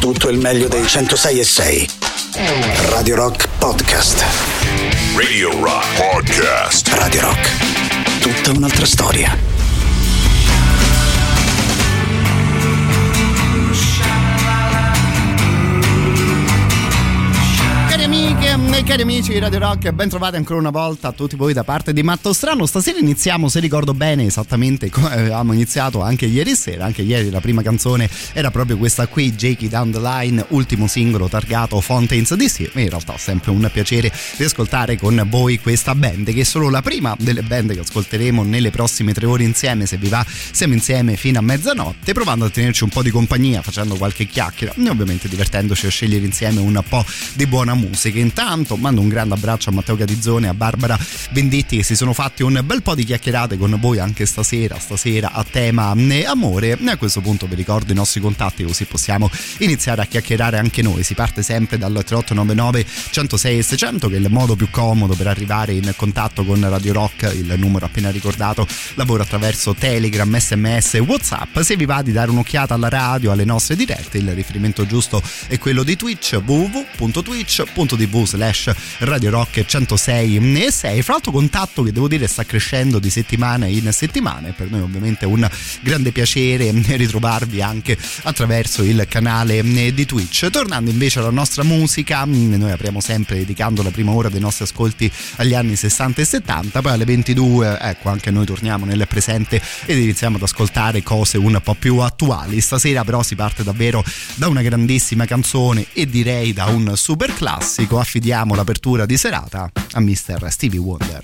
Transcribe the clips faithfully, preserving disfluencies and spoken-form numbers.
tutto il meglio dei centosei e sei. Radio Rock Podcast. Radio Rock Podcast. Radio Rock. Tutta un'altra storia. E cari amici di Radio Rock, ben trovati ancora una volta a tutti voi da parte di Matto Strano. Stasera iniziamo, se ricordo bene, esattamente come avevamo iniziato anche ieri sera. Anche ieri la prima canzone era proprio questa qui, Jakey Down the Line, ultimo singolo targato Fountains D C. In realtà è sempre un piacere riascoltare con voi questa band, che è solo la prima delle band che ascolteremo nelle prossime tre ore insieme. Se vi va, siamo insieme fino a mezzanotte, provando a tenerci un po' di compagnia, facendo qualche chiacchiera e ovviamente divertendoci a scegliere insieme un po' di buona musica. Intanto mando un grande abbraccio a Matteo Catizzone e a Barbara Venditti, che si sono fatti un bel po' di chiacchierate con voi anche stasera, stasera a tema amore. E a questo punto vi ricordo i nostri contatti, così possiamo iniziare a chiacchierare anche noi. Si parte sempre dal tre otto nove nove centosei e seicento, che è il modo più comodo per arrivare in contatto con Radio Rock. Il numero appena ricordato lavora attraverso Telegram, S M S e WhatsApp. Se vi va di dare un'occhiata alla radio, alle nostre dirette, il riferimento giusto è quello di Twitch, w w w punto twitch punto t v slash Radio Rock centosei e sei. Fra l'altro contatto che devo dire sta crescendo di settimana in settimana, e per noi ovviamente è un grande piacere ritrovarvi anche attraverso il canale di Twitch. Tornando invece alla nostra musica, noi apriamo sempre dedicando la prima ora dei nostri ascolti agli anni sessanta e settanta, poi alle ventidue ecco anche noi torniamo nel presente ed iniziamo ad ascoltare cose un po' più attuali. Stasera però si parte davvero da una grandissima canzone e direi da un super classico. Affidiamo l'apertura di serata a mister Stevie Wonder.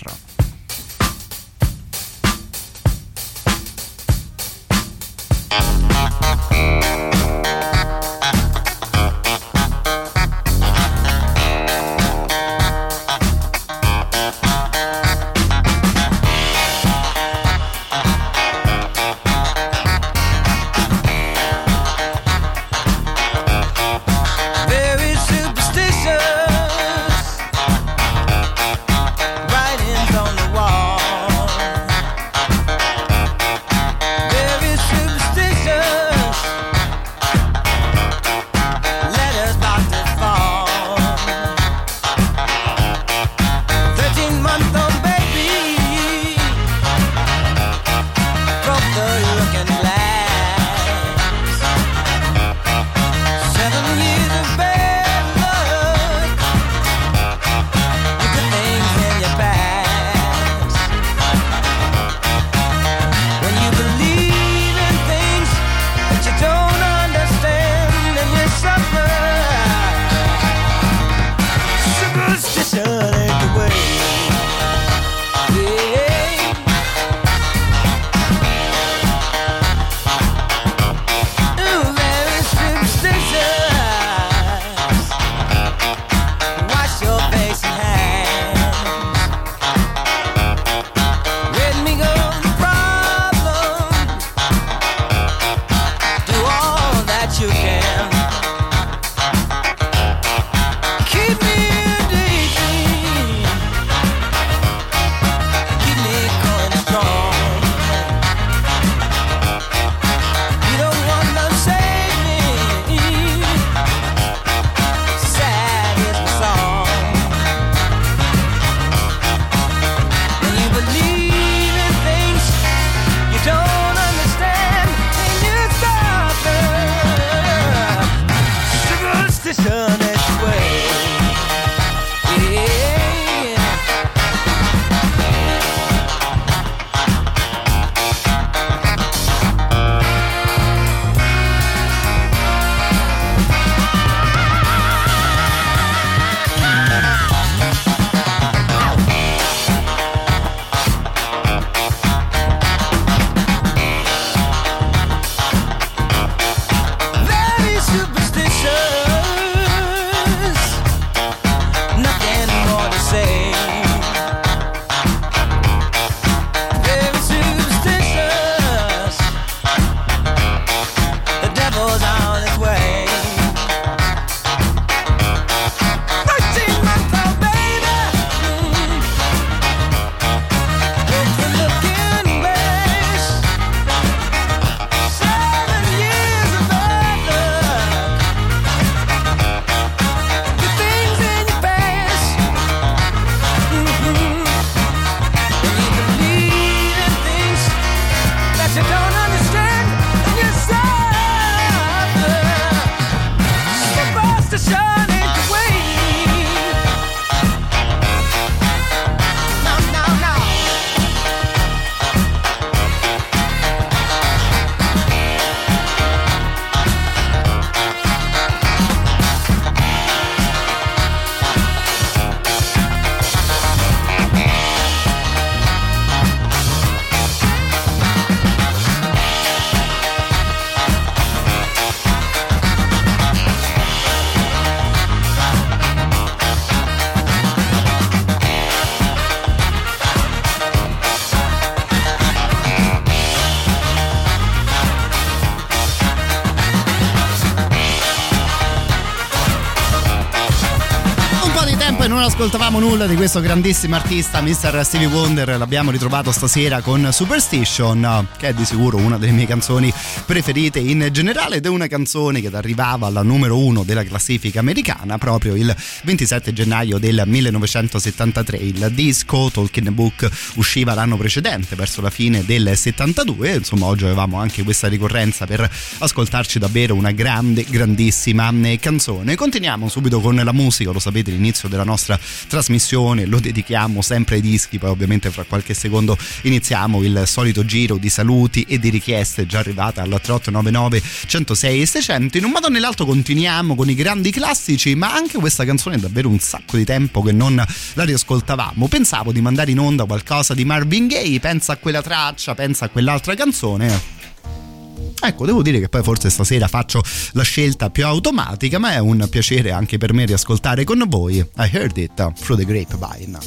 tempo e non ascoltavamo nulla di questo grandissimo artista, mister Stevie Wonder. L'abbiamo ritrovato stasera con Superstition, che è di sicuro una delle mie canzoni preferite in generale, ed è una canzone che arrivava alla numero uno della classifica americana proprio il ventisette gennaio del millenovecentosettantatré. Il disco Talking Book usciva l'anno precedente, verso la fine del settantadue. Insomma, oggi avevamo anche questa ricorrenza per ascoltarci davvero una grande, grandissima canzone. Continuiamo subito con la musica. Lo sapete, l'inizio della nostra trasmissione lo dedichiamo sempre ai dischi, poi ovviamente fra qualche secondo iniziamo il solito giro di saluti e di richieste già arrivate al tre otto nove nove uno zero sei e seicento. In un modo o nell'altro continuiamo con i grandi classici, ma anche questa canzone è davvero un sacco di tempo che non la riascoltavamo. Pensavo di mandare in onda qualcosa di Marvin Gaye, pensa a quella traccia, pensa a quell'altra canzone. Ecco, devo dire che poi forse stasera faccio la scelta più automatica, ma è un piacere anche per me riascoltare con voi I Heard It Through the Grapevine.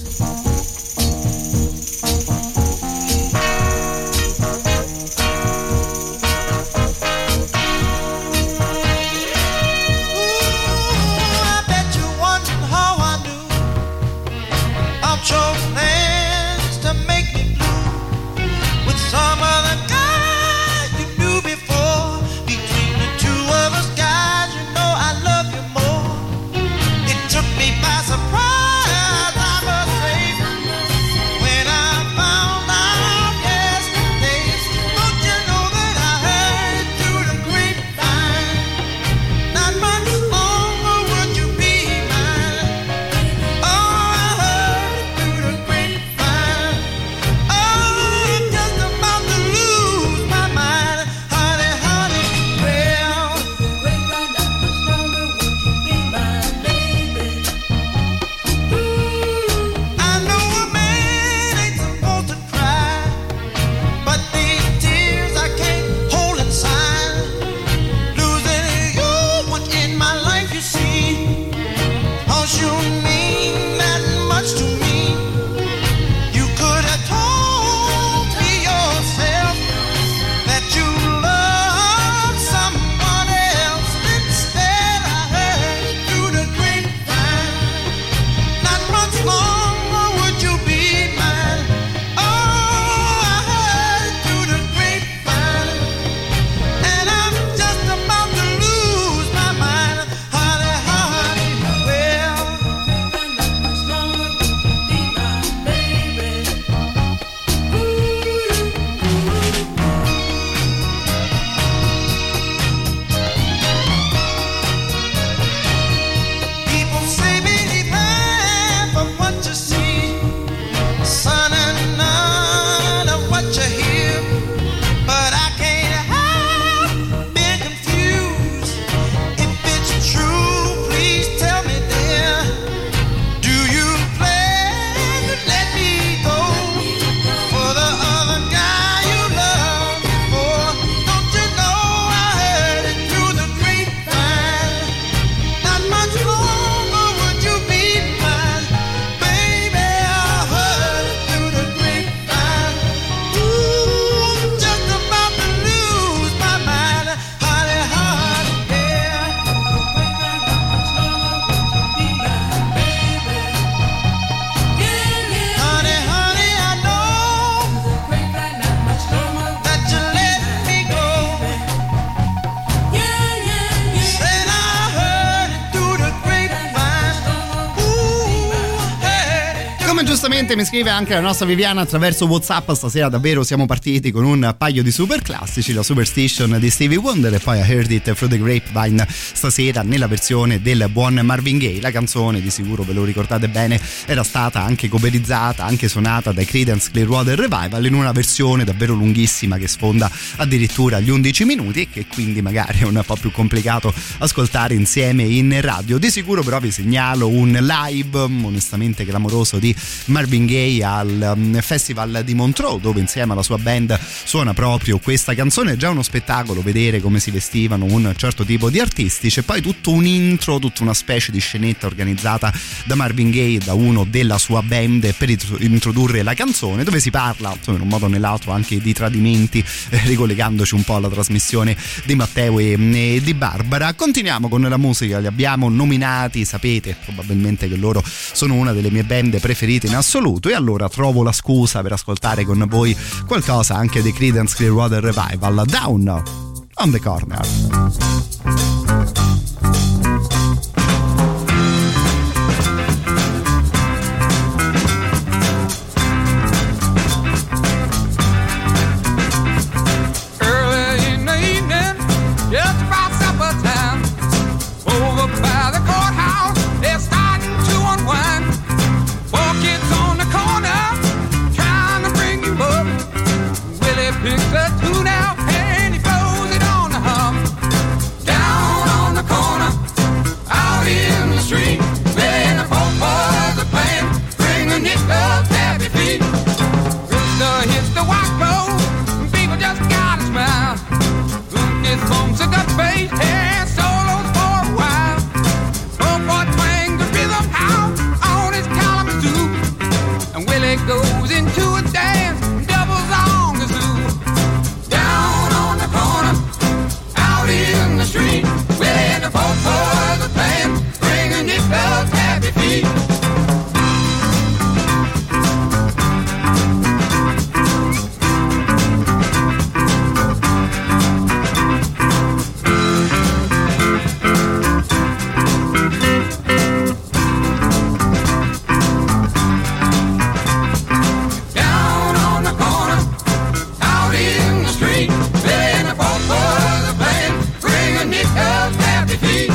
Mi scrive anche la nostra Viviana attraverso WhatsApp: stasera davvero siamo partiti con un paio di super classici, la Superstition di Stevie Wonder e poi I Heard It Through the Grapevine stasera nella versione del buon Marvin Gaye. La canzone, di sicuro ve lo ricordate bene, era stata anche coverizzata, anche suonata dai Creedence Clearwater Revival in una versione davvero lunghissima che sfonda addirittura gli undici minuti e che quindi magari è un po' più complicato ascoltare insieme in radio. Di sicuro però vi segnalo un live onestamente clamoroso di Marvin Gaye al um, Festival di Montreux, dove insieme alla sua band suona proprio questa canzone. È già uno spettacolo vedere come si vestivano un certo tipo di artisti. C'è poi tutto un intro, tutta una specie di scenetta organizzata da Marvin Gaye, da uno della sua band, per introdurre la canzone, dove si parla insomma, in un modo o nell'altro anche di tradimenti, eh, ricollegandoci un po' alla trasmissione di Matteo e, e di Barbara. Continuiamo con la musica, li abbiamo nominati, sapete probabilmente che loro sono una delle mie band preferite in assoluto, e allora trovo la scusa per ascoltare con voi qualcosa anche di Creedence Clearwater Revival, Down on the Corner. Picks a tune out and he blows it on the hum. Down on the corner, out in the street, when the folk boys are playing, bring a nickel happy feet. Rooster hits the white road, and people just gotta smile. Luke gets bumps at the bass and solos for a while. Folk boy twang the rhythm out on his Kalamazoo, and Willie goes into a dance. In the street, where the folk boys are playing, bringing nickel's happy feet. Down on the corner, out in the street, where the folk boys are playing, bringing nickel's happy feet.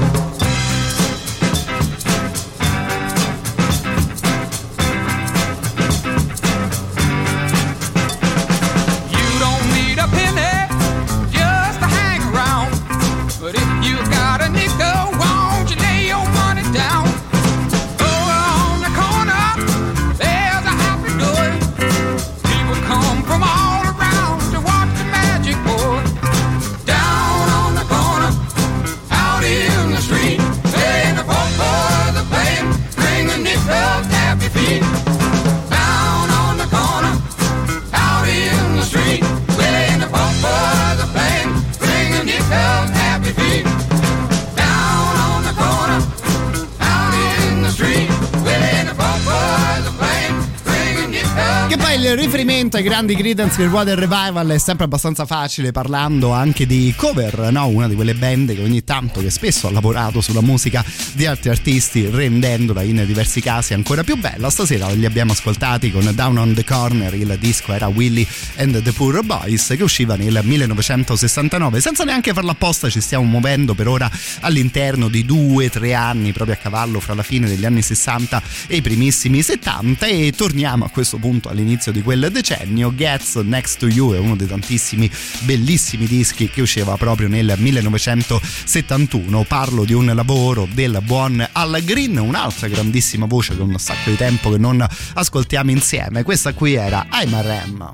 You don't need a penny just to hang around, but if you got a nickel, won't you lay your money down? Over on the corner, there's a happy door. People come from all around to watch the magic pour. Down on the corner, out in the street, playing the folk boys are playing, bringing nickel's happy feet. Down on the corner, out in the street, playing the folk boys are playing, bringing nickel's happy feet. Down on the corner, out in the street, playing the folk boys are playing, bringing nickel's. Che poi il riferimento ai grandi Creedence Clearwater Revival è sempre abbastanza facile, parlando anche di cover, no? Una di quelle band che ogni tanto, che spesso ha lavorato sulla musica di altri artisti, rendendola in diversi casi ancora più bella. Stasera li abbiamo ascoltati con Down on the Corner, il disco era Willie and the Poor Boys, che usciva nel millenovecentosessantanove. Senza neanche farla apposta ci stiamo muovendo per ora all'interno di due tre anni, proprio a cavallo fra la fine degli anni sessanta e i primissimi settanta, e torniamo a questo punto all'inizio di quel decennio. Gets Next to You è uno dei tantissimi bellissimi dischi che usciva proprio nel millenovecentosettantuno. Parlo di un lavoro del buon Al Green, un'altra grandissima voce con un sacco di tempo che non ascoltiamo insieme. Questa qui era I'm a Ram.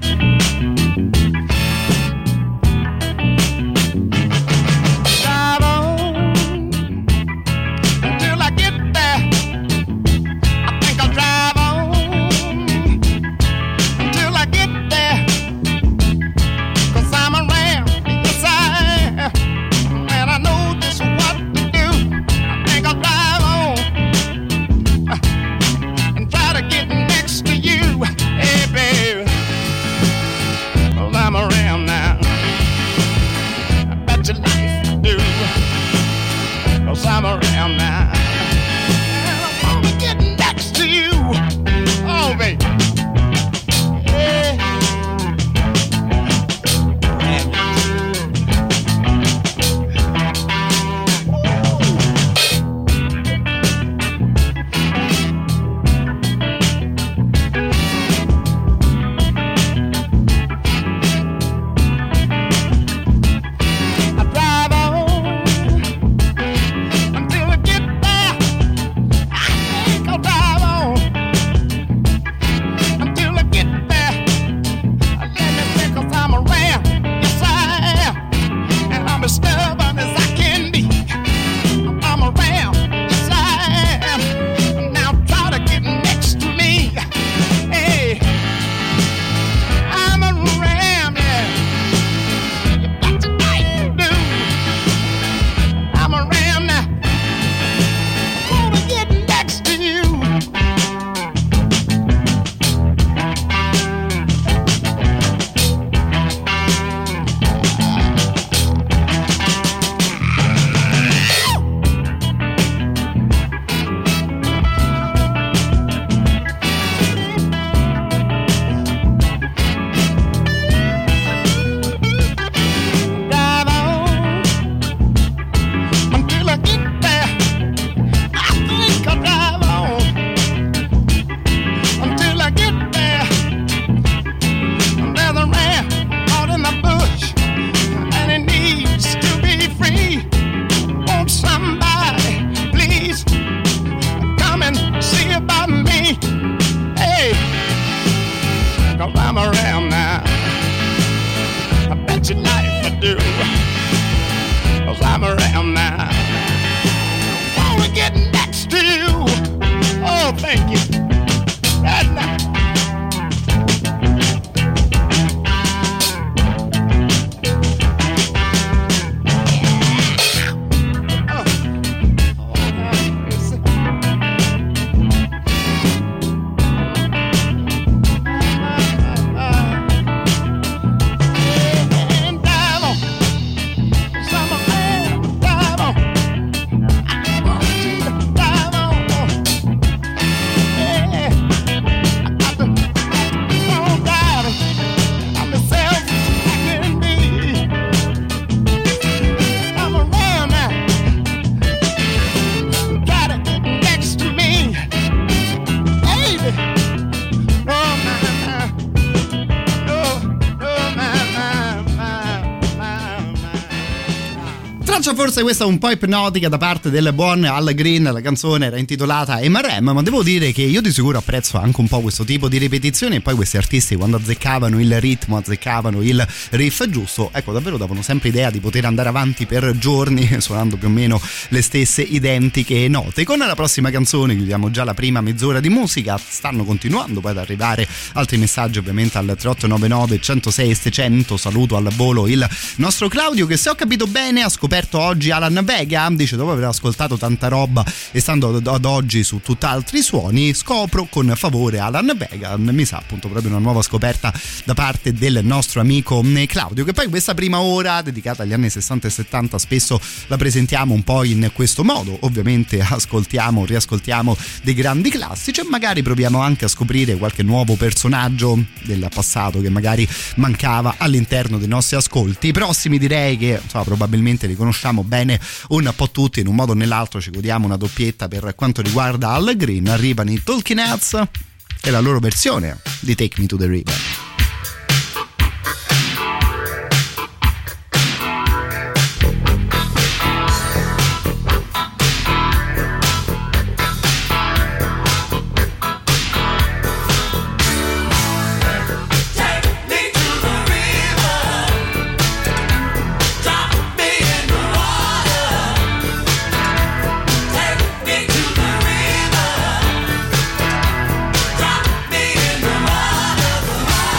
I'm around now. I wanna get next to you. Oh, baby. Yeah. I drive on until Cosa forse questa un po' ipnotica da parte del buon Al Green, la canzone era intitolata M R M, ma devo dire che io di sicuro apprezzo anche un po' questo tipo di ripetizioni, e poi questi artisti quando azzeccavano il ritmo, azzeccavano il riff giusto, ecco davvero davano sempre idea di poter andare avanti per giorni suonando più o meno le stesse identiche note. Con la prossima canzone chiudiamo già la prima mezz'ora di musica, stanno continuando poi ad arrivare altri messaggi ovviamente al tre otto nove nove uno zero sei seicento. Saluto al volo il nostro Claudio che, se ho capito bene, ha scoperto oggi Alan Vega, dice dopo aver ascoltato tanta roba e stando ad oggi su tutt'altri suoni scopro con favore Alan Vega, mi sa appunto proprio una nuova scoperta da parte del nostro amico Claudio, che poi questa prima ora dedicata agli anni sessanta e settanta spesso la presentiamo un po' in questo modo, ovviamente ascoltiamo, riascoltiamo dei grandi classici e magari proviamo anche a scoprire qualche nuovo personaggio del passato che magari mancava all'interno dei nostri ascolti. I prossimi direi che insomma, probabilmente li conosciamo bene un po' tutti, in un modo o nell'altro ci godiamo una doppietta per quanto riguarda Al Green. Arrivano i Talking Heads e la loro versione di Take Me to the River. Drop me in the water.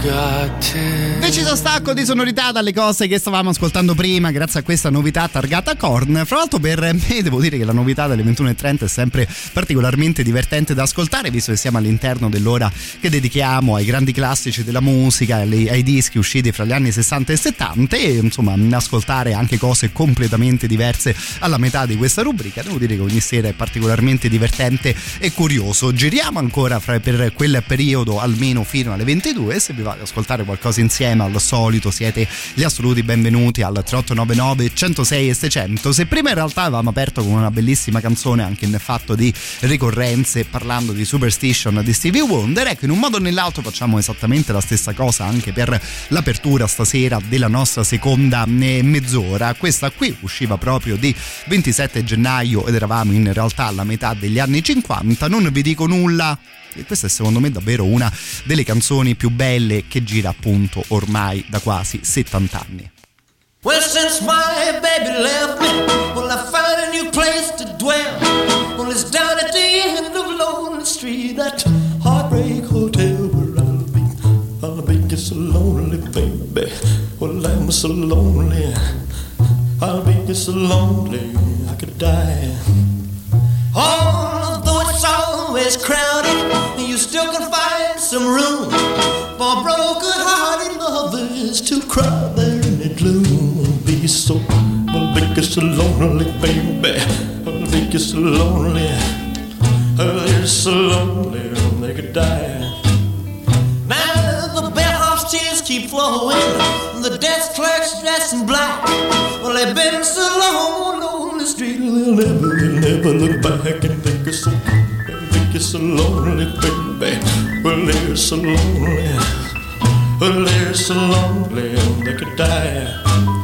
Deciso stacco di sonorità dalle cose che stavamo ascoltando prima grazie a questa novità targata Korn. Fra l'altro per me devo dire che la novità delle ventuno e trenta è sempre particolarmente divertente da ascoltare, visto che siamo all'interno dell'ora che dedichiamo ai grandi classici della musica, ai, ai dischi usciti fra gli anni sessanta e settanta, e insomma ascoltare anche cose completamente diverse alla metà di questa rubrica. Devo dire che ogni sera è particolarmente divertente e curioso. Giriamo ancora fra, per quel periodo almeno fino alle ventidue, e se vi va ad ascoltare qualcosa insieme al solito siete gli assoluti benvenuti al tre otto nove nove centosei e seicento. Se prima in realtà avevamo aperto con una bellissima canzone anche nel fatto di ricorrenze parlando di Superstition di Stevie Wonder, ecco, in un modo o nell'altro facciamo esattamente la stessa cosa anche per l'apertura stasera della nostra seconda mezz'ora. Questa qui usciva proprio di ventisette gennaio ed eravamo in realtà alla metà degli anni cinquanta. Non vi dico nulla, e questa è secondo me davvero una delle canzoni più belle che gira appunto ormai da quasi settanta anni. Well, since my baby left me, well, I found a new place to dwell. Well, it's down at the end of Lonely Street, that heartbreak hotel where I'll be. I'll be just so lonely, baby. Well, I'm so lonely. I'll be just so lonely, I could die. Although it's always crowded, you still can find some room for broken-hearted lovers to cry there in the gloom. Be so, well, be so lonely, baby. I'll be so lonely. They're so lonely they could die. Now the bellhop's tears keep flowing, the desk clerk's dressed in black. Well, they've been so long on the street, they'll never, they'll never look back and think it's so, think it's so lonely, baby. Well, they're so lonely. Well, they're so lonely they could die.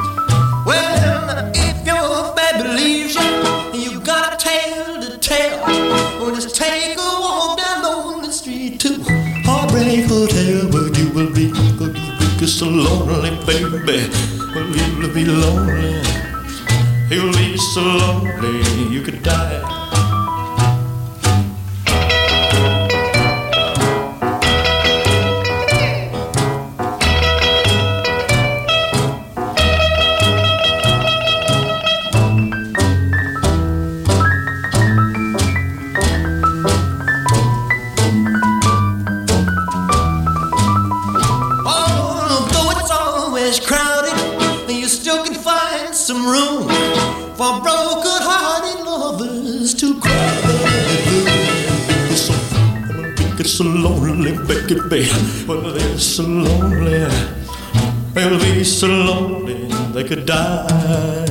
Well, if your baby leaves you, you got a tale to tell. Well, just take a walk down on the street to Heartbreak Hotel, where you will be, where you will be so lonely, baby. Well, you'll be lonely. You'll be so lonely you could die. Some room for broken-hearted lovers to cry. So, they're so lonely, baby. Well, they're so lonely. They'll be so lonely they could die.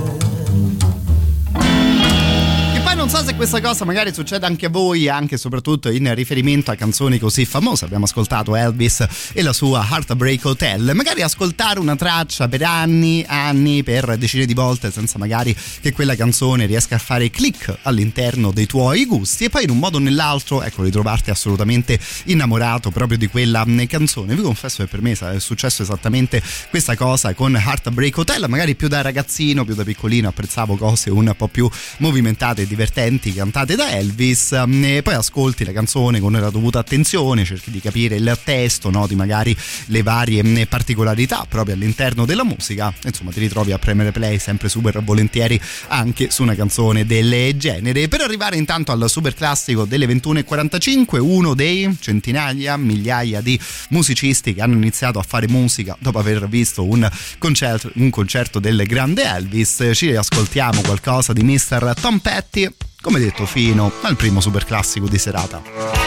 Non so se questa cosa magari succede anche a voi, anche e soprattutto in riferimento a canzoni così famose. Abbiamo ascoltato Elvis e la sua Heartbreak Hotel. Magari ascoltare una traccia per anni, anni, per decine di volte senza magari che quella canzone riesca a fare click all'interno dei tuoi gusti, e poi in un modo o nell'altro, ecco, ritrovarti assolutamente innamorato proprio di quella canzone. Vi confesso che per me è successo esattamente questa cosa con Heartbreak Hotel. Magari più da ragazzino, più da piccolino apprezzavo cose un po' più movimentate e divertenti cantate da Elvis, e poi ascolti la canzone con la dovuta attenzione, cerchi di capire il testo, noti magari le varie particolarità proprio all'interno della musica, insomma ti ritrovi a premere play sempre super volentieri anche su una canzone del genere. Per arrivare intanto al super classico delle ventuno e quarantacinque, uno dei centinaia, migliaia di musicisti che hanno iniziato a fare musica dopo aver visto un concerto, un concerto del grande Elvis. Ci ascoltiamo qualcosa di mister Tom Petty, come detto fino al primo super classico di serata.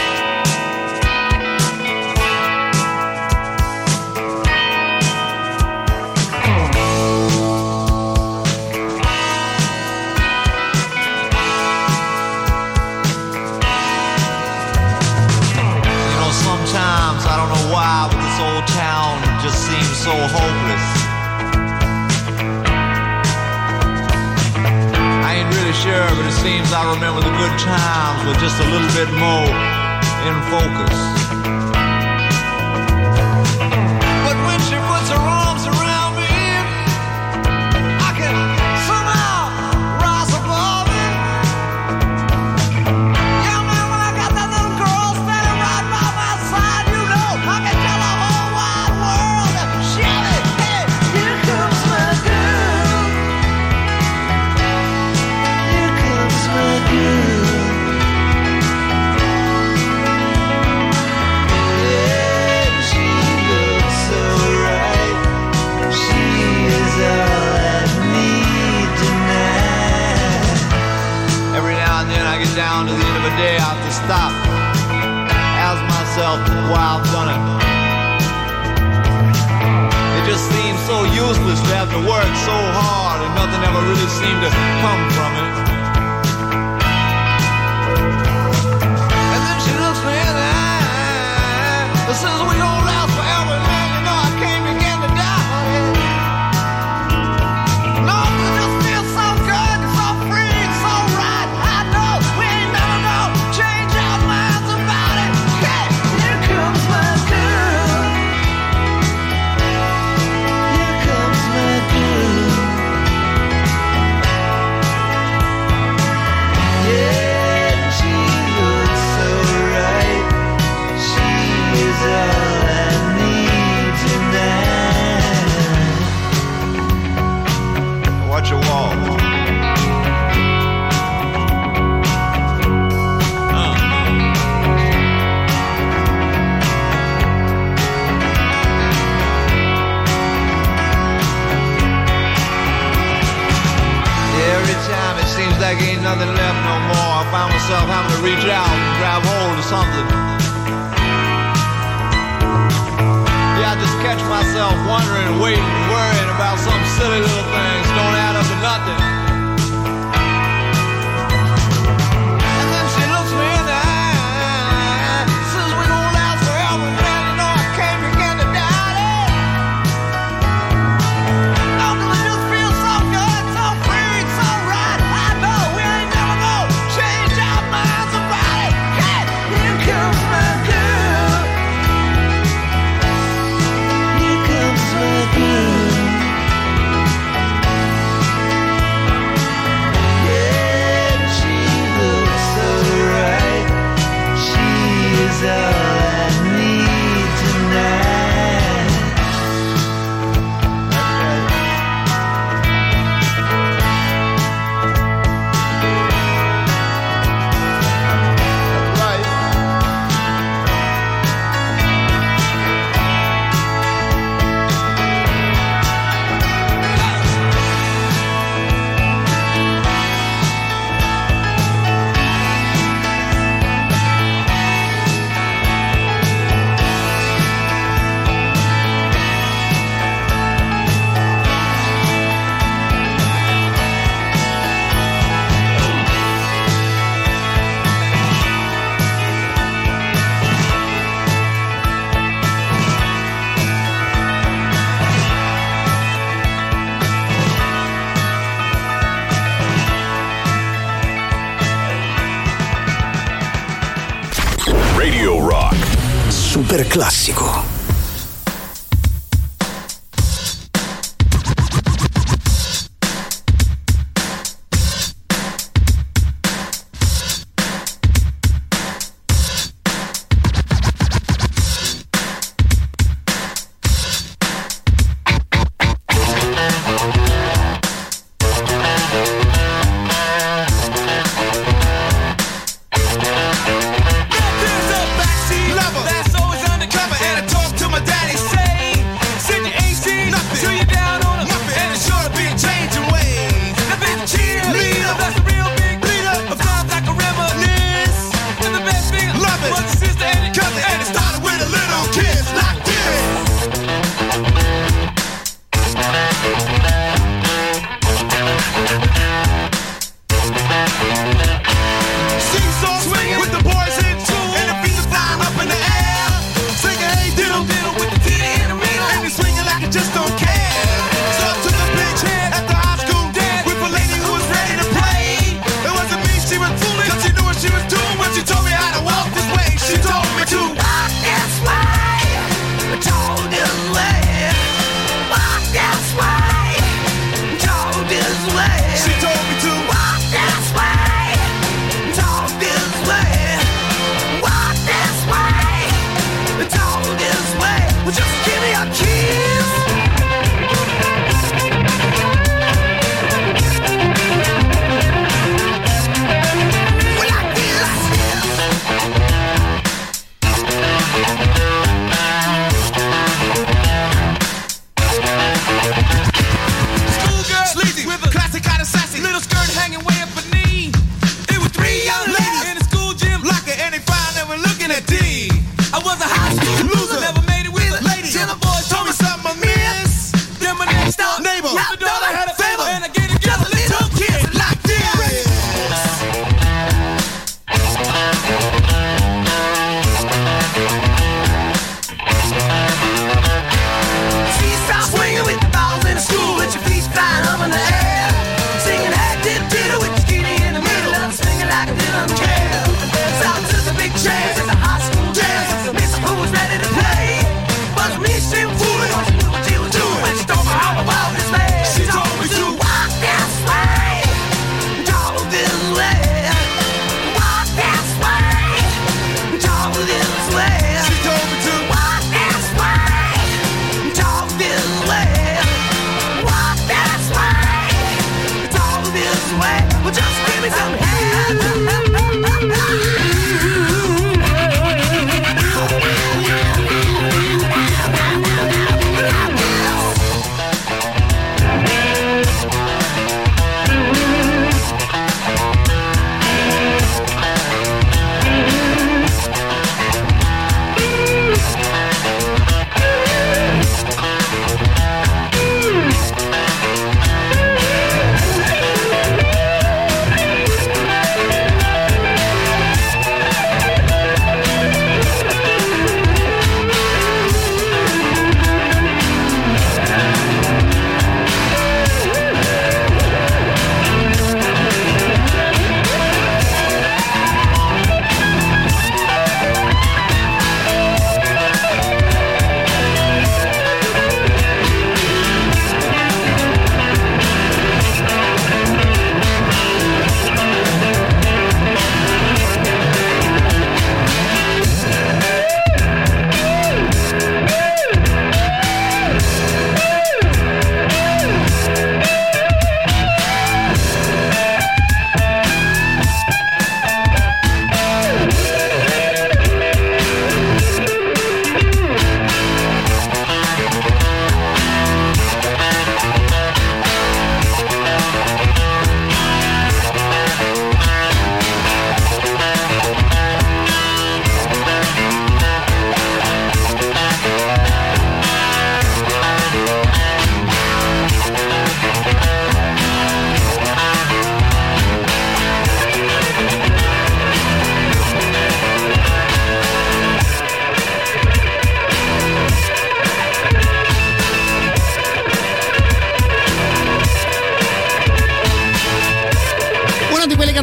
So hopeless. I ain't really sure, but it seems I remember the good times with just a little bit more in focus. But when she puts her arms around me, I can somehow rise above it. Yeah, man, when I got that little girl standing right by my side, you know I can tell the whole wide useless to have to work so hard and nothing ever really seemed to come from it. And then she looks me in the eye and says we don't last forever, and then you know I can't begin to die. No, it just feels so good, so free, so right. I know we ain't never gonna change our minds about it. Hey, here comes my girl. Here comes my girl. Yeah, she looks so right. She is all I need tonight. Watch your wall. Every time it seems like ain't nothing left no more, I find myself having to reach out and grab hold of something. Yeah, I just catch myself wondering, waiting, worrying about some silly little things don't add up to nothing. And then she looks me in the eye, says we gon' last forever, and then you know I can't begin to doubt it. No, 'cause it just feels so good, so free, so right. I know we ain't never gonna change our minds about it. Hey, here comes my girl. Here comes my girl. Yeah, she looks so right. She is all I need tonight. That's right. Radio Rock. Super classico. There's a backseat lover that's always undercover, and I talk to my daddy, say, said you ain't seen nothing till you down on him, and it's sure to be a changing ways. The big cheerleader, that's a real big leader, of times like a reminisce. And the best thing, love it, was a sister and a cousin, and it started with a little kiss like this. Seesaw swinging with the boys in tune, and the feet are flying up in the air. Singing hey diddle diddle with the titty in the middle, and they swinging like it just don't care. So I took a big chance at the high school dance with a lady who was ready to play. It wasn't me she was fooling, 'cause she knew what she was doing when she told me how to walk this way. She told me to walk this way, told this way, walk this way, told this way. She told me to walk this way, told this way, walk this way, told this way. Well, just give me a kiss. Well, I feel like this. Schoolgirl, sleazy, with a classic kind of sassy, little skirt hanging way up her knee. It was three young ladies in the school gym locker, and they found they were looking at D. I was a high school loser, never made it with a lady. Till the boys told me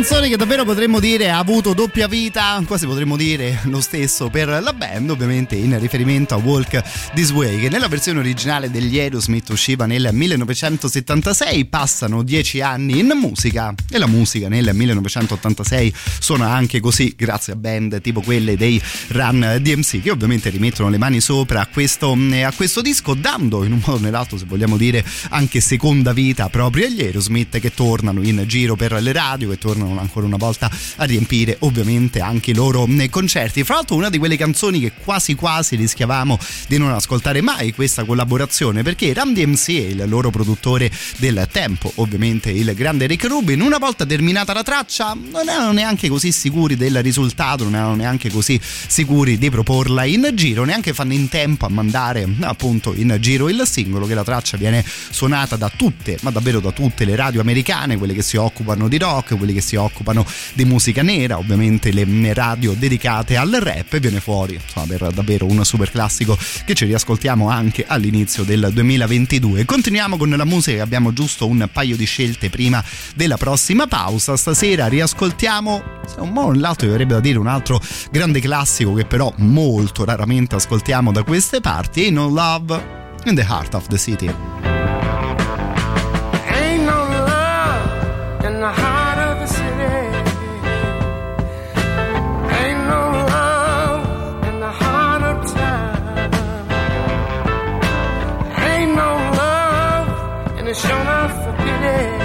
canzone che davvero potremmo dire ha avuto doppia vita, quasi potremmo dire lo stesso per la band, ovviamente in riferimento a Walk This Way, che nella versione originale degli Aerosmith usciva nel millenovecentosettantasei. Passano dieci anni in musica e la musica nel millenovecentottantasei suona anche così, grazie a band tipo quelle dei Run D M C, che ovviamente rimettono le mani sopra a questo, a questo disco, dando in un modo o nell'altro, se vogliamo dire, anche seconda vita proprio agli Aerosmith, che tornano in giro per le radio, che tornano ancora una volta a riempire ovviamente anche i loro concerti. Fra l'altro una di quelle canzoni che quasi quasi rischiavamo di non ascoltare mai, questa collaborazione, perché Run D M C e il loro produttore del tempo, ovviamente il grande Rick Rubin, una volta terminata la traccia non erano neanche così sicuri del risultato, non erano neanche così sicuri di proporla in giro, neanche fanno in tempo a mandare appunto in giro il singolo, che la traccia viene suonata da tutte, ma davvero da tutte le radio americane, quelle che si occupano di rock, quelli che si occupano di musica nera, ovviamente le radio dedicate al rap, e viene fuori insomma per davvero un super classico che ci riascoltiamo anche all'inizio del duemilaventidue. Continuiamo con la musica, abbiamo giusto un paio di scelte prima della prossima pausa. Stasera riascoltiamo, un modo o nell'altro, avrebbe da dire, un altro grande classico che però molto raramente ascoltiamo da queste parti, Ain't No Love in the Heart of the City. Ain't no love in the heart of the city. Ain't no love in the heart of town. Ain't no love and it's shown up for pity.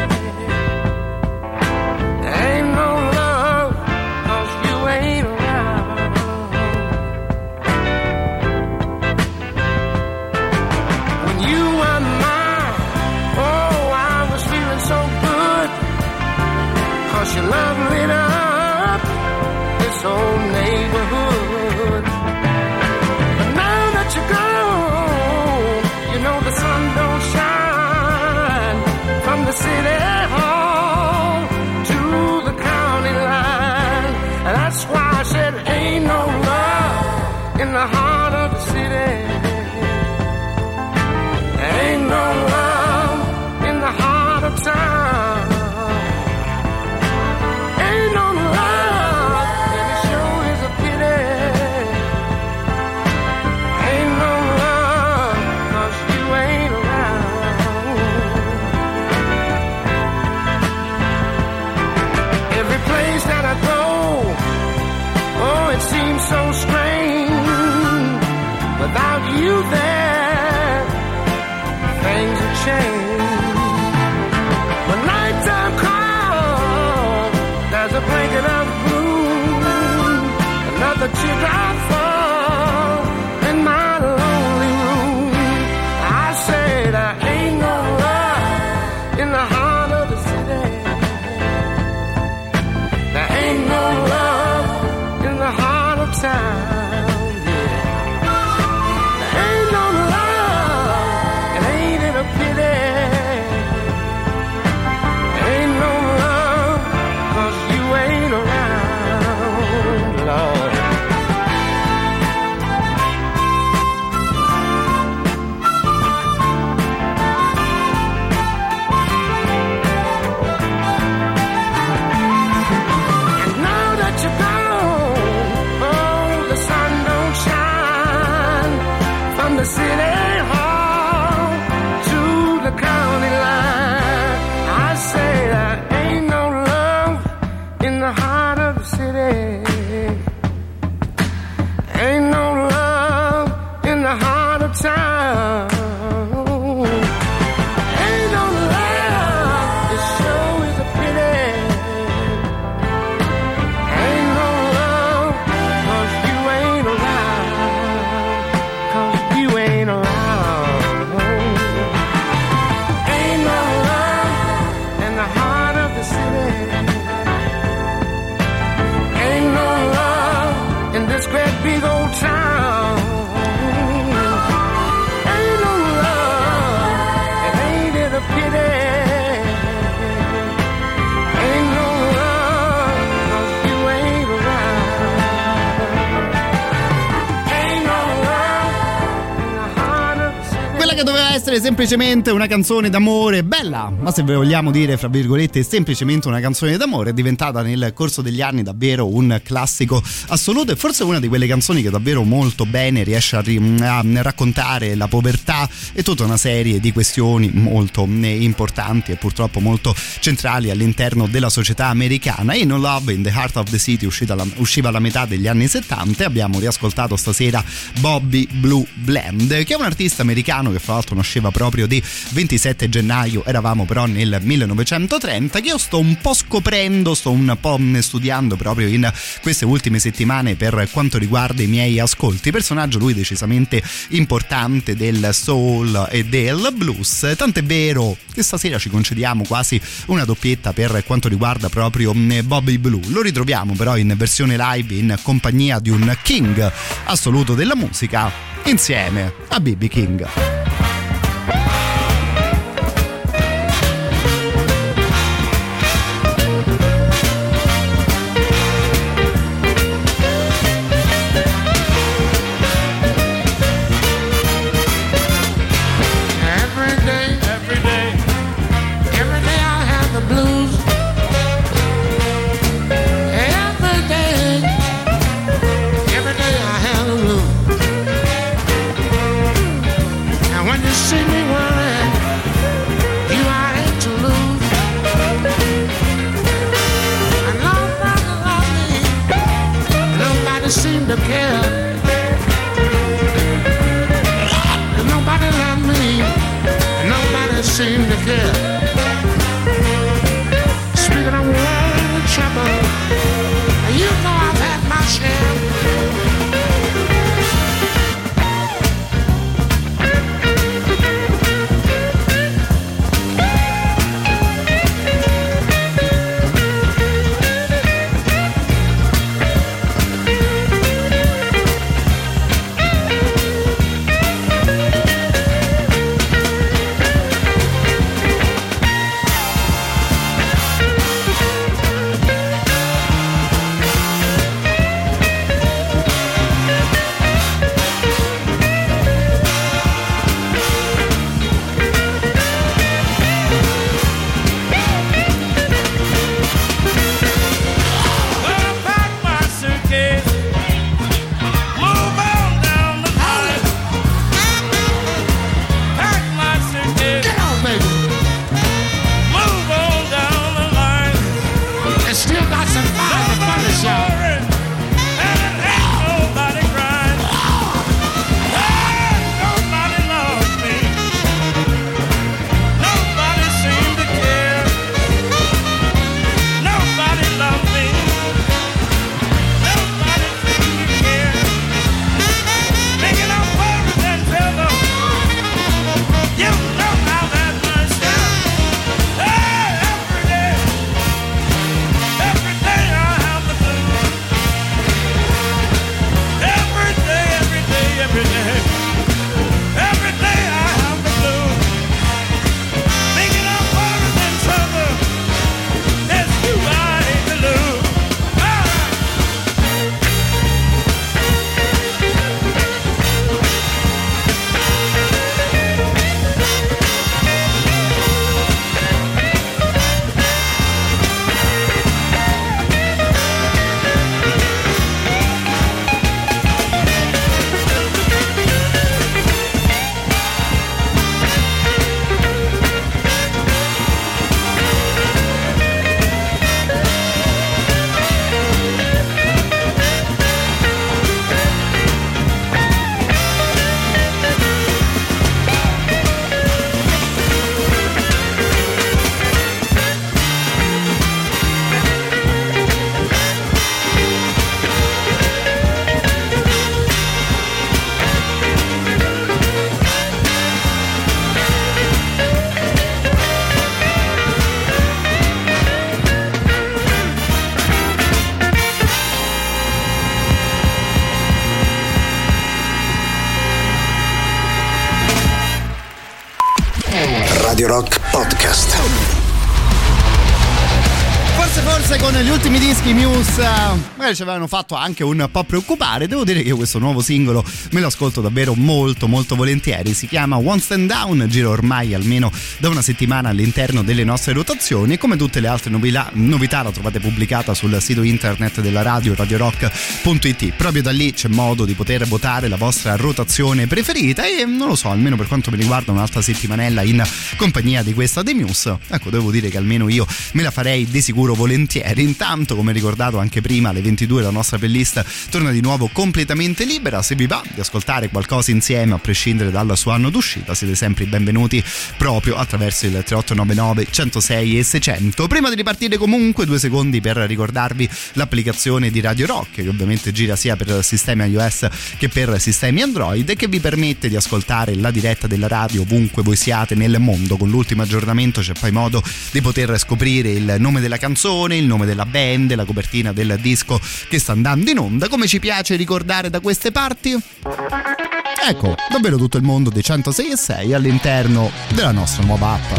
Ain't no love 'cause you ain't around. When you were mine, oh, I was feeling so good, 'cause your love lit up this whole neighborhood. But now that you're gone, you know the sun don't shine from the city hall to the county line. And that's why I said ain't no love in the heart of the city. Ain't no love in the heart of town. Ain't no love, and it sure is a pity. Ain't no love, 'cause you ain't around. Every place that I go, oh, it seems so strange. Without you there, things have changed. When nighttime comes, there's a blanket of blue, another teardrop fall in my lonely room. I say there ain't no love in the heart of the city. There ain't no love in the heart of town. Quella che doveva essere semplicemente una canzone d'amore bella, ma se vogliamo dire fra virgolette semplicemente una canzone d'amore, è diventata nel corso degli anni davvero un classico assoluto e forse una di quelle canzoni che davvero molto bene riesce a, ri- a raccontare la povertà e tutta una serie di questioni molto importanti e purtroppo molto centrali all'interno della società americana. In Love in the Heart of the City uscita la, usciva alla metà degli anni settanta e abbiamo riascoltato stasera Bobby Blue Bland, che è un artista americano che fra l'altro nasceva proprio di ventisette gennaio, eravamo però nel millenovecentotrenta, che io sto un po' scoprendo, sto un po' studiando proprio in queste ultime settimane per quanto riguarda i miei ascolti. Personaggio lui decisamente importante del soul e del blues, tant'è vero che stasera ci concediamo quasi una doppietta per quanto riguarda proprio Bobby Blue. Lo ritroviamo però in versione live in compagnia di un king assoluto della musica insieme a B B King. Seem to care. Nobody loved me. Nobody seemed to care. Speaking of world and trouble, you know I've had my share. Radio Rock Podcast. Forse forse con gli ultimi dischi Muse magari ci avevano fatto anche un po' preoccupare. Devo dire che io questo nuovo singolo me lo ascolto davvero molto molto volentieri. Si chiama One Stand Down, gira ormai almeno da una settimana all'interno delle nostre rotazioni e come tutte le altre novità, novità la trovate pubblicata sul sito internet della radio, radio rock punto it. Proprio da lì c'è modo di poter votare la vostra rotazione preferita e non lo so, almeno per quanto mi riguarda un'altra settimanella in compagnia di questa The Muse, ecco, devo dire che almeno io me la farei di sicuro volentieri. Intanto, come ricordato anche prima, alle ventidue la nostra playlist torna di nuovo completamente libera. Se vi va di ascoltare qualcosa insieme a prescindere dal suo anno d'uscita, siete sempre benvenuti proprio attraverso il tre otto nove nove centosei e seicento. Prima di ripartire comunque due secondi per ricordarvi l'applicazione di Radio Rock, che ovviamente gira sia per sistemi iOS che per sistemi Android e che vi permette di ascoltare la diretta della radio ovunque voi siate nel mondo. Con l'ultimo aggiornamento c'è poi modo di poter scoprire il nome della canzone, il nome della band, la copertina del disco che sta andando in onda, come ci piace ricordare da queste parti. Ecco, davvero tutto il mondo dei centosei e sei all'interno della nostra nuova app.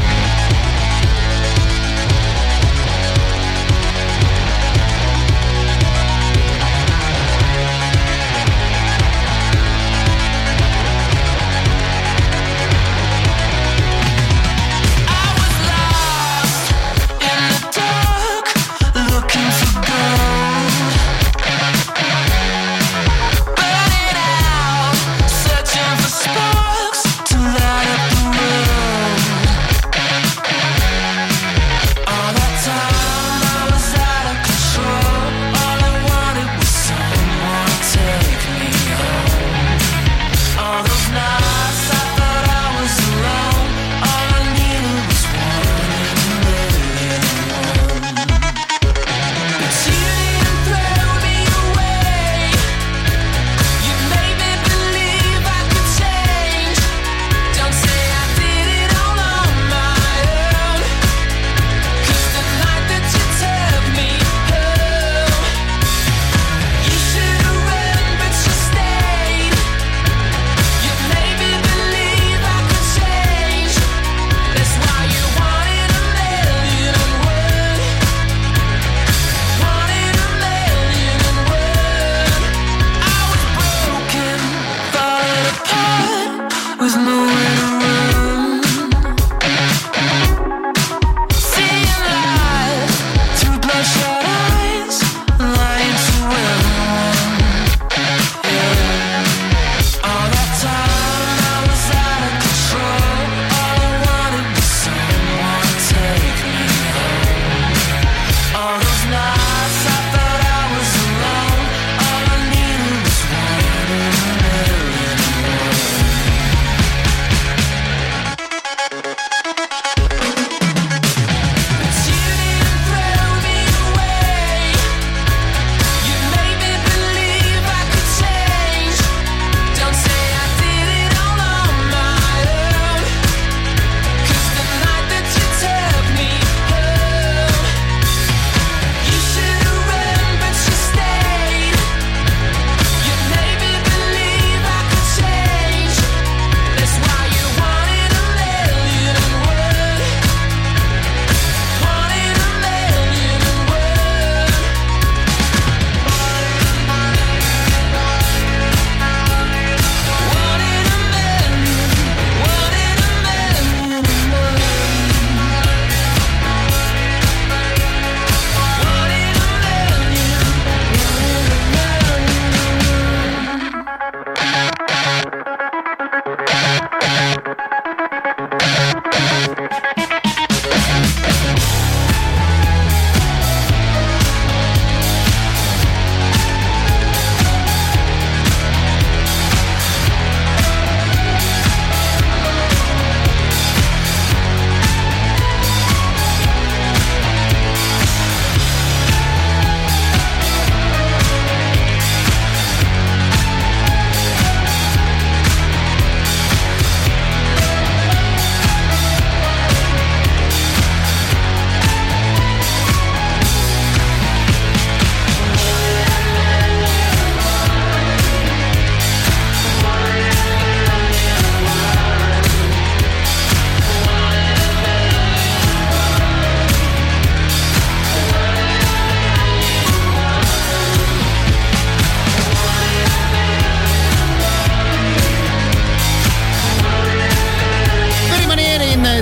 To light up the room.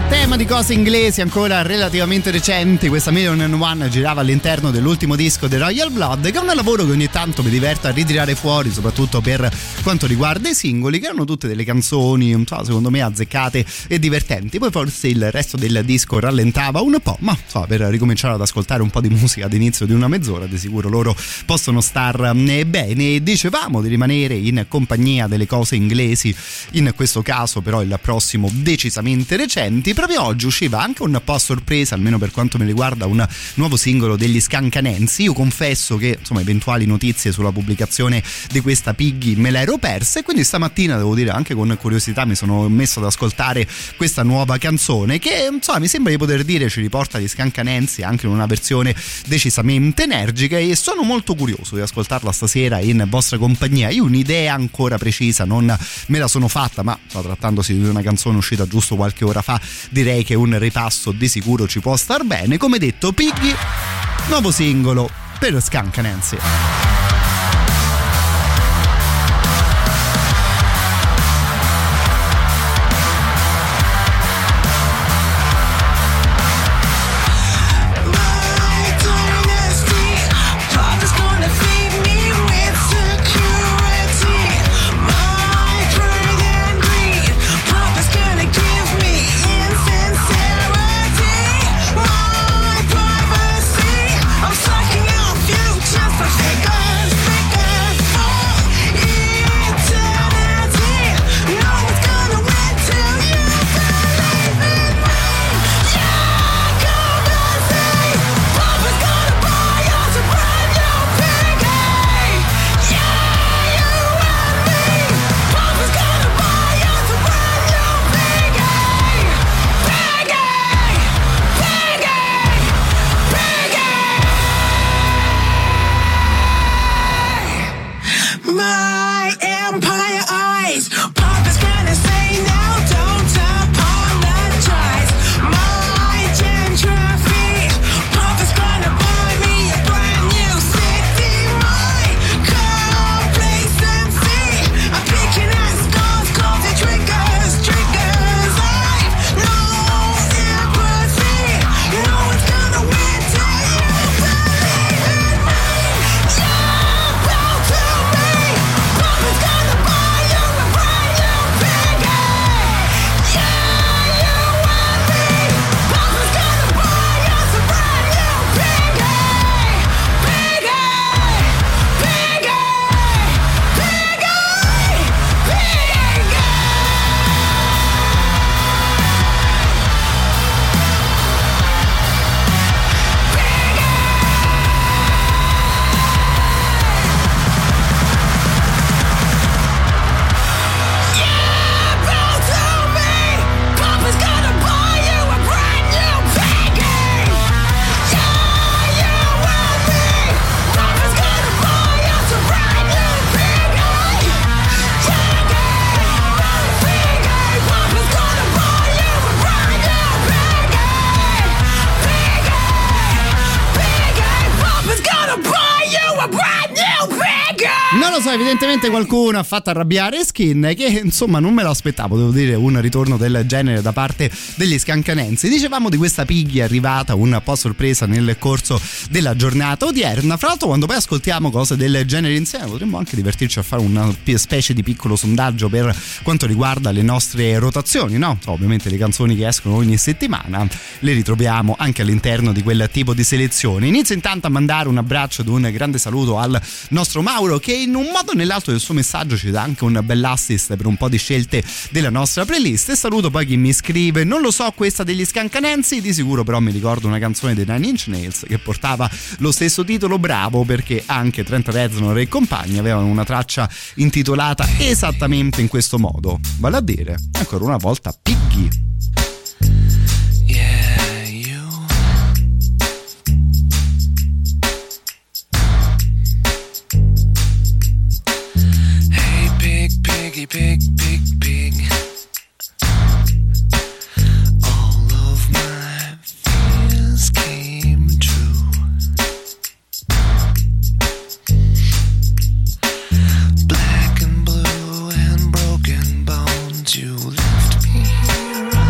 Tema di cose inglesi ancora relativamente recenti, questa Million and One girava all'interno dell'ultimo disco dei Royal Blood, che è un lavoro che ogni tanto mi diverte a ritirare fuori, soprattutto per quanto riguarda i singoli, che erano tutte delle canzoni so, secondo me azzeccate e divertenti. Poi forse il resto del disco rallentava un po', ma so, per ricominciare ad ascoltare un po' di musica ad inizio di una mezz'ora di sicuro loro possono star bene. Dicevamo di rimanere in compagnia delle cose inglesi, in questo caso però il prossimo decisamente recenti. Proprio oggi usciva anche un po' a sorpresa, almeno per quanto mi riguarda, un nuovo singolo degli Scancanensi. Io confesso che insomma eventuali notizie sulla pubblicazione di questa Piggy me l'ero persa, e quindi stamattina devo dire anche con curiosità mi sono messo ad ascoltare questa nuova canzone che insomma mi sembra di poter dire ci riporta gli Scancanensi anche in una versione decisamente energica, e sono molto curioso di ascoltarla stasera in vostra compagnia. Io un'idea ancora precisa non me la sono fatta, ma so, trattandosi di una canzone uscita giusto qualche ora fa, direi che un ripasso di sicuro ci può star bene. Come detto, Piggy, nuovo singolo per Scancanensi. Evidentemente qualcuno ha fatto arrabbiare Skin, che insomma non me lo aspettavo, devo dire, un ritorno del genere da parte degli Scancanensi. Dicevamo di questa Piggy arrivata un po' sorpresa nel corso della giornata odierna. Fra l'altro, quando poi ascoltiamo cose del genere insieme potremmo anche divertirci a fare una specie di piccolo sondaggio per quanto riguarda le nostre rotazioni, no? Ovviamente le canzoni che escono ogni settimana le ritroviamo anche all'interno di quel tipo di selezione. Inizio intanto a mandare un abbraccio ed un grande saluto al nostro Mauro, che in un modo o nell'altro del suo messaggio ci dà anche un bell'assist per un po' di scelte della nostra playlist. E saluto poi chi mi scrive: non lo so questa degli Scancanensi, di sicuro però mi ricordo una canzone dei Nine Inch Nails che portava lo stesso titolo. Bravo, perché anche Trent Reznor e compagni avevano una traccia intitolata esattamente in questo modo, vale a dire ancora una volta Piggy. Yeah, you. Hey, pig, piggy, pig, pig, pig. All of my fears came true. Black and blue and broken bones, you left me here.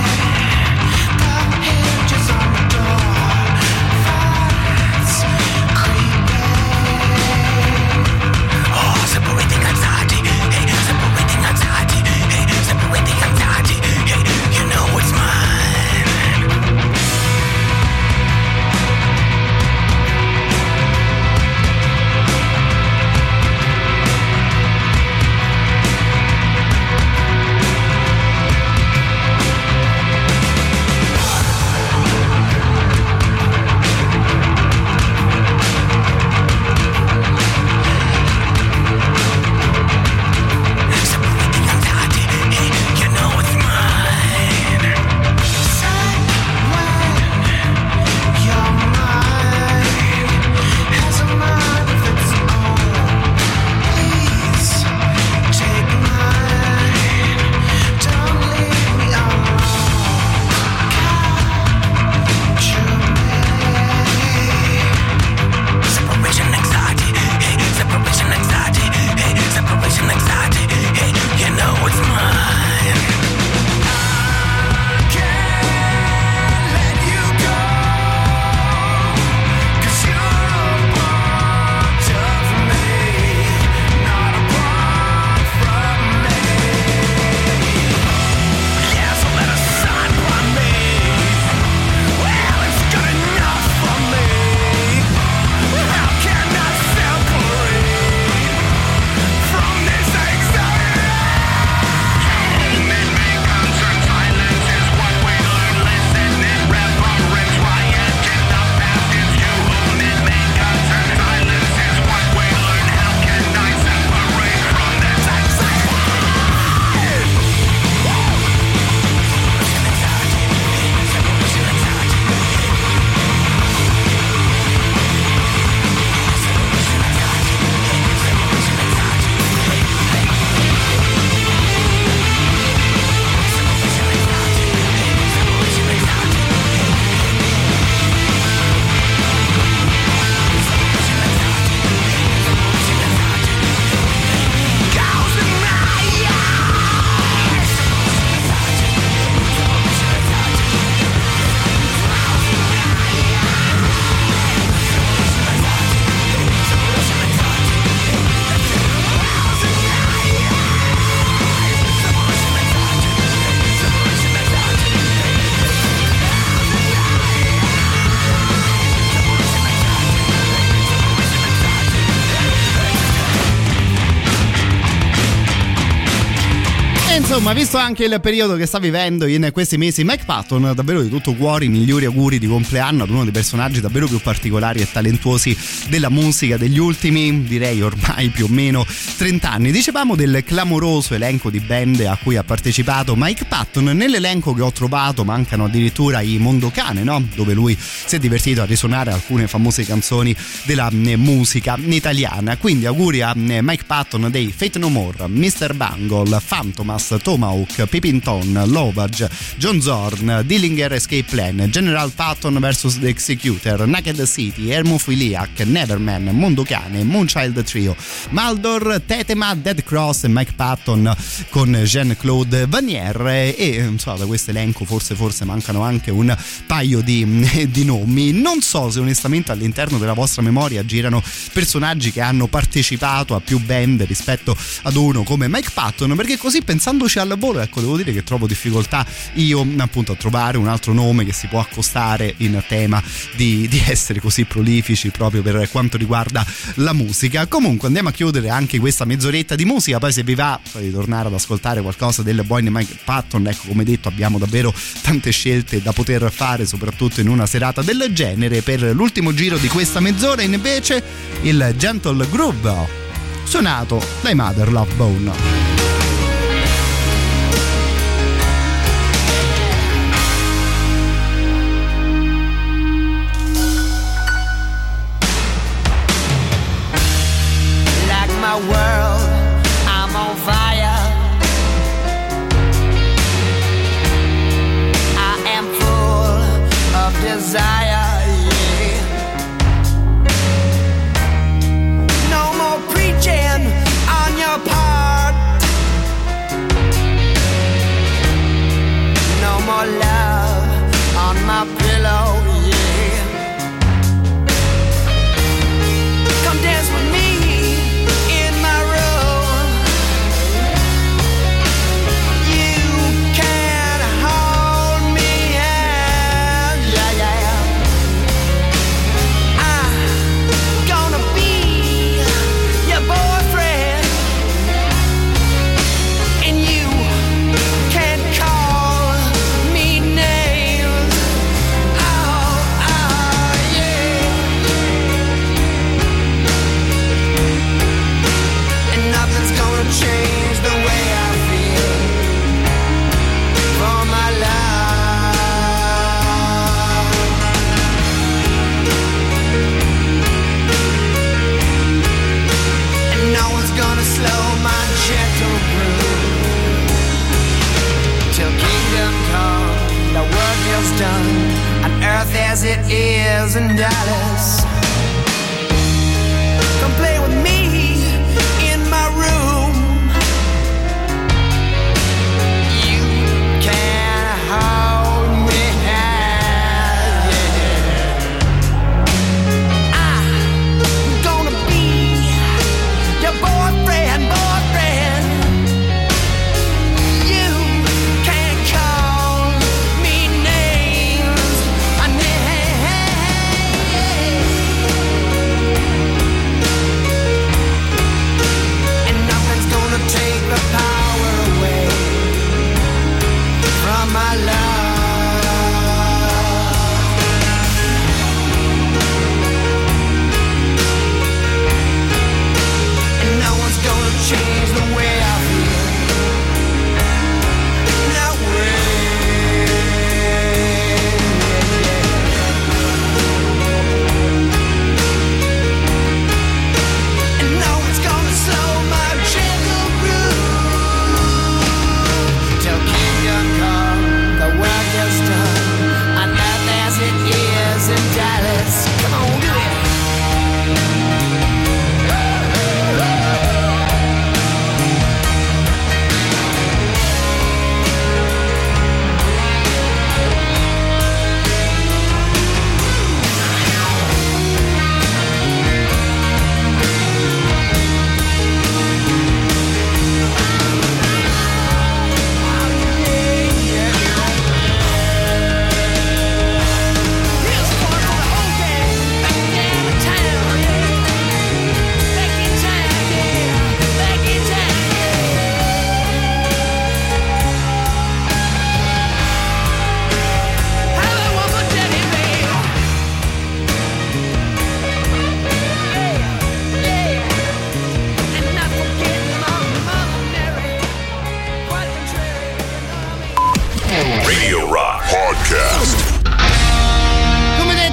Insomma, visto anche il periodo che sta vivendo in questi mesi Mike Patton, davvero di tutto cuore i migliori auguri di compleanno ad uno dei personaggi davvero più particolari e talentuosi della musica degli ultimi, direi ormai più o meno trenta anni. Dicevamo del clamoroso elenco di band a cui ha partecipato Mike Patton. Nell'elenco che ho trovato mancano addirittura i Mondocane, no? Dove lui si è divertito a risuonare alcune famose canzoni della musica italiana. Quindi auguri a Mike Patton dei Fate No More, mister Bungle, Fantomas, Tomahawk, Pipinton, Lovage, John Zorn, Dillinger Escape Plan, General Patton versus The Executor, Naked City, Hermophiliac, Neverman, Mondocane, Moonchild Trio, Maldor, Tetema, Dead Cross e Mike Patton con Jean-Claude Vanier. E insomma, da questo elenco forse forse mancano anche un paio di, di nomi. Non so se onestamente all'interno della vostra memoria girano personaggi che hanno partecipato a più band rispetto ad uno come Mike Patton, perché così pensandoci al volo, ecco, devo dire che trovo difficoltà io appunto a trovare un altro nome che si può accostare in tema di, di essere così prolifici proprio per quanto riguarda la musica. Comunque andiamo a chiudere anche questa mezz'oretta di musica, poi se vi va di tornare ad ascoltare qualcosa del buon Mike Patton, ecco, come detto abbiamo davvero tante scelte da poter fare soprattutto in una serata del genere. Per l'ultimo giro di questa mezz'ora invece il Gentle Groove suonato dai Mother Love Bone. World, I'm on fire. I am full of desire, yeah. No more preaching on your part. No more love on my pillow, yeah. Come dance with me. Change the way I feel for my love, and no one's gonna slow my gentle groove till kingdom come, the work is done on earth as it is in Dallas. Come play with me in my room. Hold me, yeah. I'm gonna be your boyfriend, boyfriend. You can't call me names. I need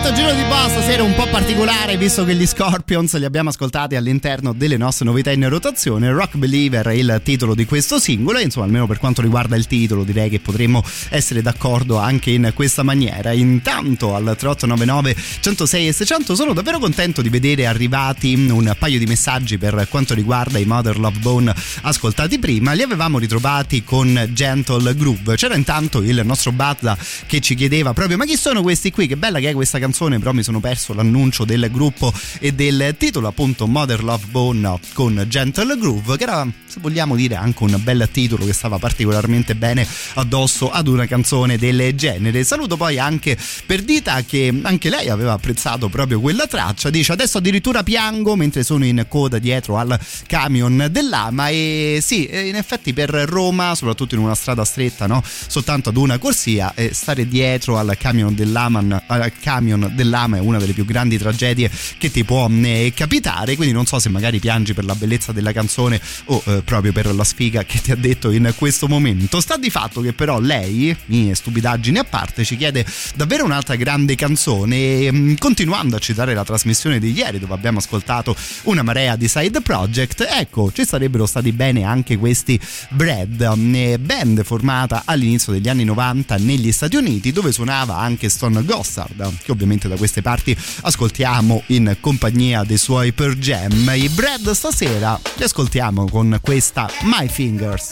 Questo giro di boss stasera un po' particolare, visto che gli Scorpions li abbiamo ascoltati all'interno delle nostre novità in rotazione. Rock Believer è il titolo di questo singolo e insomma almeno per quanto riguarda il titolo direi che potremmo essere d'accordo anche in questa maniera. Intanto al tre otto nove nove uno zero sei e seicento sono davvero contento di vedere arrivati un paio di messaggi per quanto riguarda i Mother Love Bone ascoltati prima. Li avevamo ritrovati con Gentle Groove. C'era intanto il nostro Bazza che ci chiedeva proprio: ma chi sono questi qui? Che bella che è questa canzone, però mi sono perso l'annuncio del gruppo e del titolo, appunto Mother Love Bone con Gentle Groove, che era, se vogliamo dire, anche un bel titolo che stava particolarmente bene addosso ad una canzone del genere. Saluto poi anche Perdita, che anche lei aveva apprezzato proprio quella traccia. Dice: adesso addirittura piango mentre sono in coda dietro al camion dell'Ama. E sì, in effetti per Roma, soprattutto in una strada stretta, no, soltanto ad una corsia, eh, stare dietro al camion dell'Ama, al camion dell'Ama è una delle più grandi tragedie che ti può eh, capitare. Quindi non so se magari piangi per la bellezza della canzone o eh, proprio per la sfiga che ti ha detto in questo momento. Sta di fatto che però lei, mie stupidaggini a parte, ci chiede davvero un'altra grande canzone, e, continuando a citare la trasmissione di ieri dove abbiamo ascoltato una marea di side project. Ecco, ci sarebbero stati bene anche questi Bread, band formata all'inizio degli anni novanta negli Stati Uniti, dove suonava anche Stone Gossard, che ovviamente da queste parti ascoltiamo in compagnia dei suoi Pearl Jam. I Bread stasera li ascoltiamo con questa My Fingers.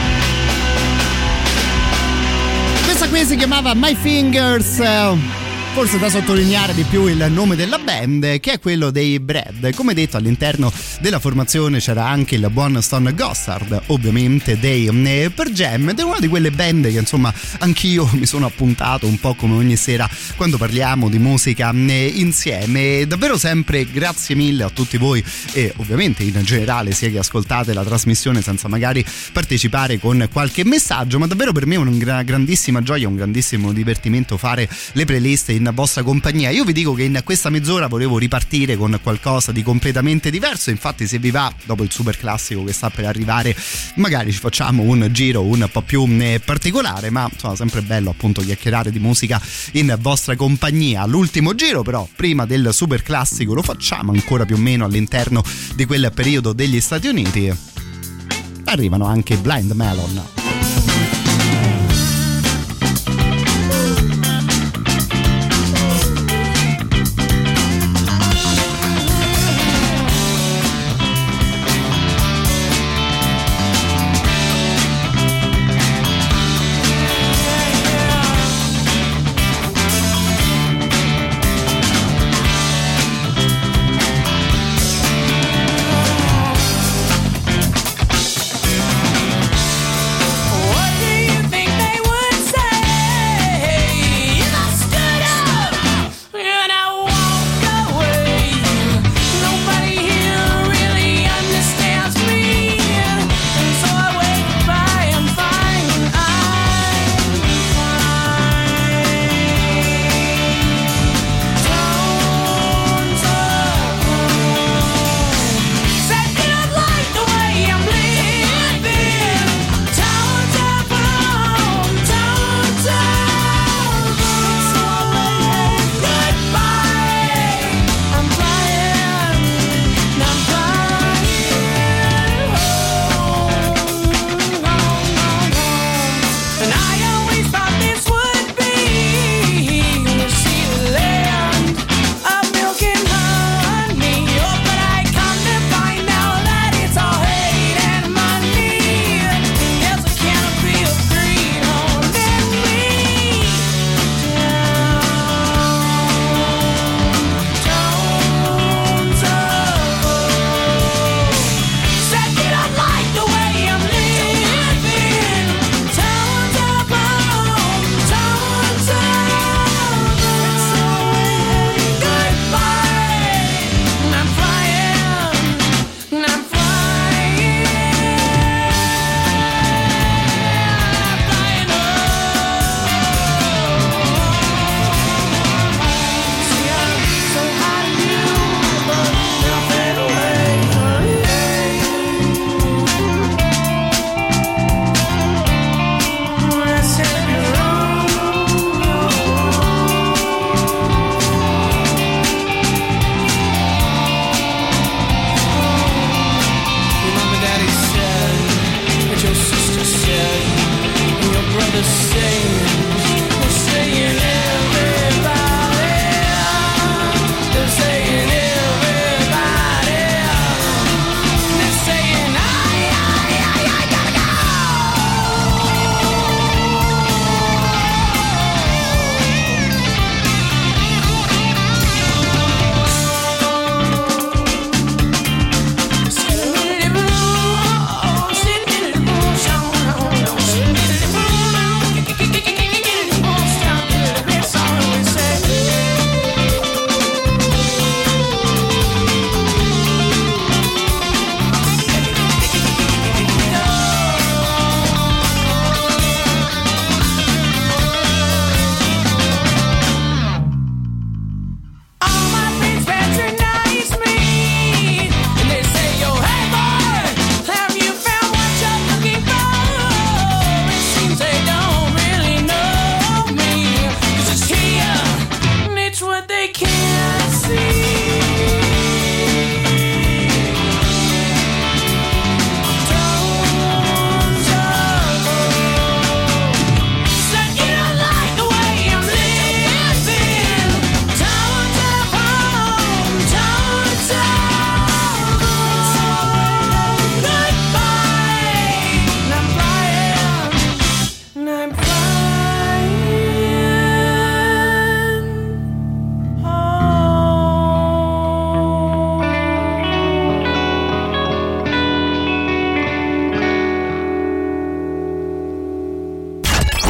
Si chiamava My Fingers, forse da sottolineare di più il nome della band, che è quello dei Bread. Come detto, all'interno della formazione c'era anche il buon Stone Gossard, ovviamente dei Pearl Jam, ed è una di quelle band che insomma anch'io mi sono appuntato un po' come ogni sera quando parliamo di musica insieme. Davvero sempre grazie mille a tutti voi e ovviamente in generale sia che ascoltate la trasmissione senza magari partecipare con qualche messaggio, ma davvero per me è una grandissima gioia, un grandissimo divertimento fare le playlist in vostra compagnia. Io vi dico che in questa mezz'ora volevo ripartire con qualcosa di completamente diverso, infatti se vi va, dopo il super classico che sta per arrivare, magari ci facciamo un giro un po' più particolare, ma insomma sempre bello appunto chiacchierare di musica in vostra compagnia. L'ultimo giro però prima del super classico lo facciamo ancora più o meno all'interno di quel periodo degli Stati Uniti. Arrivano anche Blind Melon.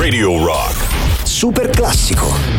Radio Rock. Super classico.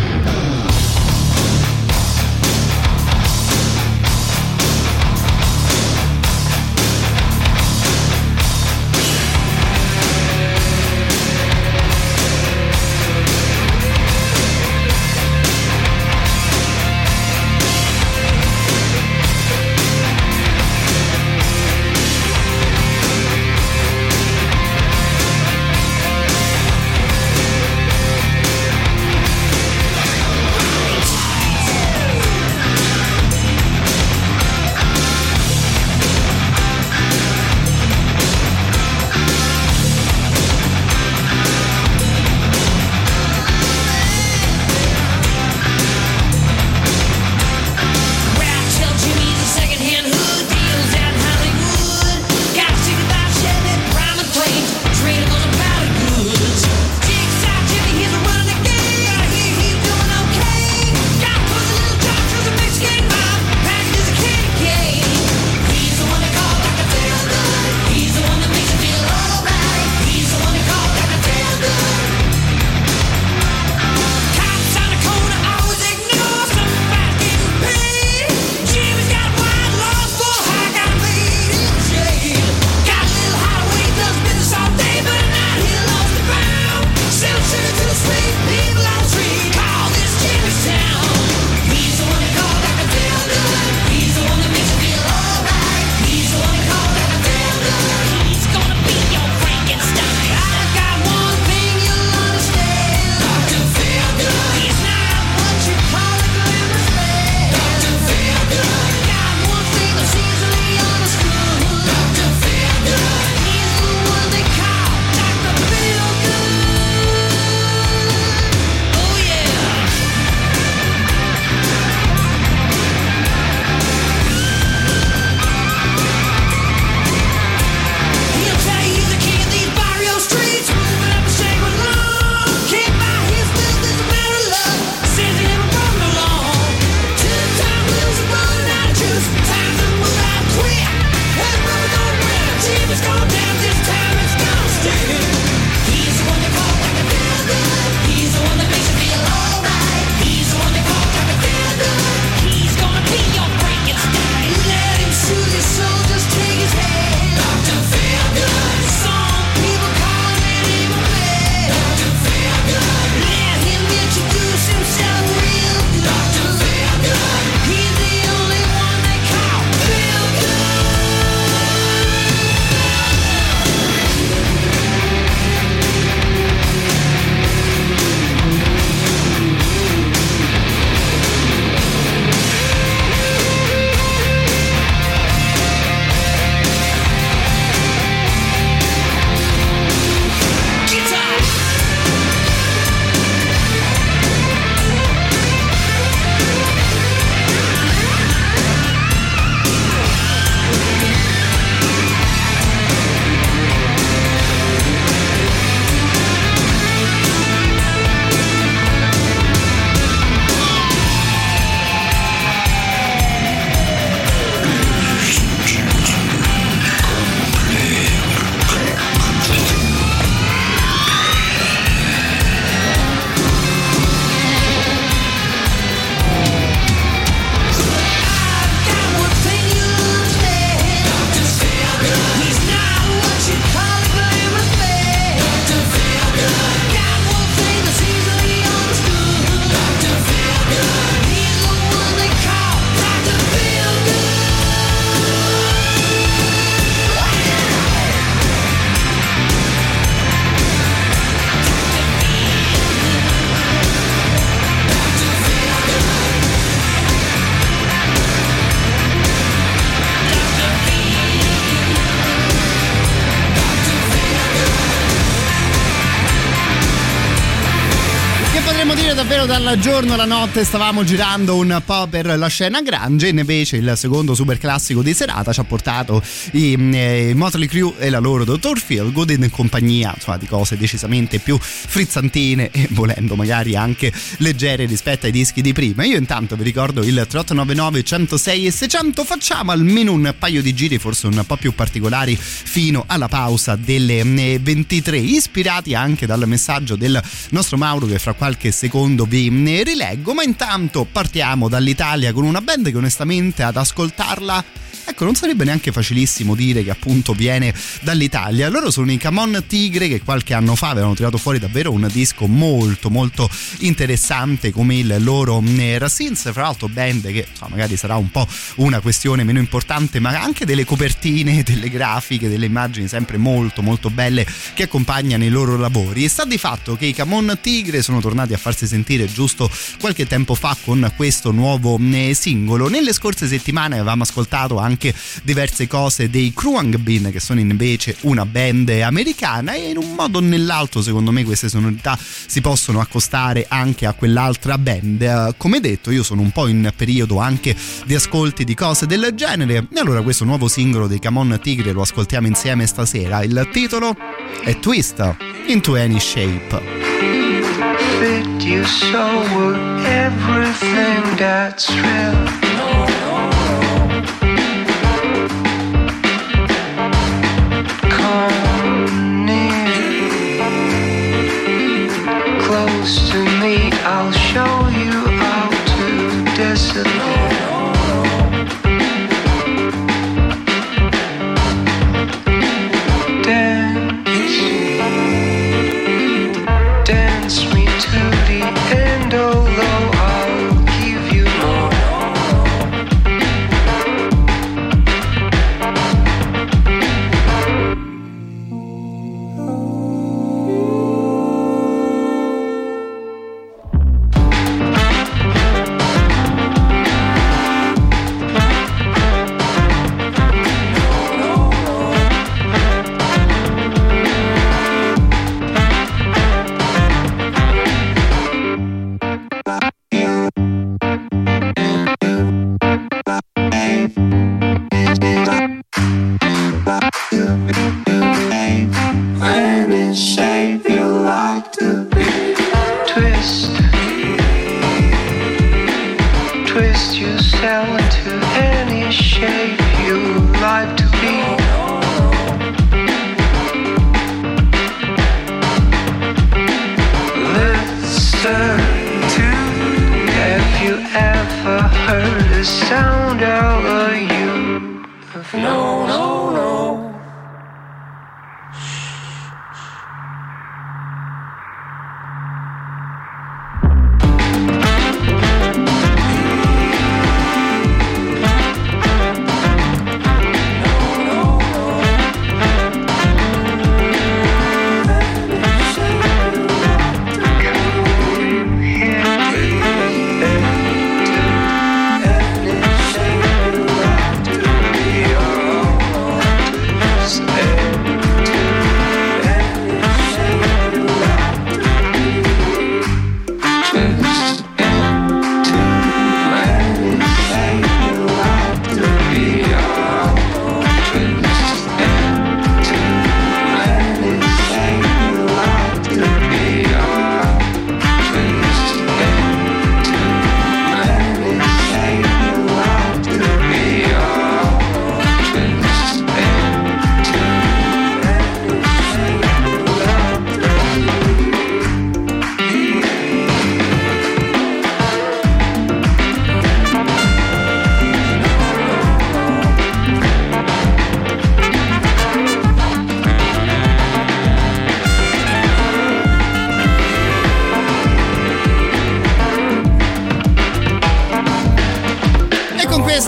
partire davvero dal giorno alla notte stavamo girando un po' per la scena grunge, invece il secondo super classico di serata ci ha portato i, eh, Motley Crue e la loro doctor Feelgood in compagnia, insomma, di cose decisamente più frizzantine e volendo magari anche leggere rispetto ai dischi di prima. Io intanto vi ricordo il tre otto nove nove uno zero sei e seicento, facciamo almeno un paio di giri forse un po' più particolari fino alla pausa delle ventitré, ispirati anche dal messaggio del nostro Mauro che fra qualche secondo vi rileggo, ma intanto partiamo dall'Italia con una band che onestamente ad ascoltarla, ecco, non sarebbe neanche facilissimo dire che appunto viene dall'Italia. Loro sono i Camon Tigre, che qualche anno fa avevano tirato fuori davvero un disco molto molto interessante come il loro Racines, fra l'altro band che insomma, magari sarà un po' una questione meno importante, ma anche delle copertine, delle grafiche, delle immagini sempre molto molto belle che accompagnano i loro lavori. E sta di fatto che i Camon Tigre sono tornati a farsi sentire giusto qualche tempo fa con questo nuovo singolo. Nelle scorse settimane avevamo ascoltato anche diverse cose dei Kruang Bin, che sono invece una band americana, e in un modo o nell'altro secondo me queste sonorità si possono accostare anche a quell'altra band. Come detto, io sono un po' in periodo anche di ascolti di cose del genere, e allora questo nuovo singolo dei Camon Tigre lo ascoltiamo insieme stasera. Il titolo è Twist into Any Shape. Fit you so would everything that's real. Come near, close to me, I'll show you how to disappear. Dance, dance me to the end, although I'll give you more.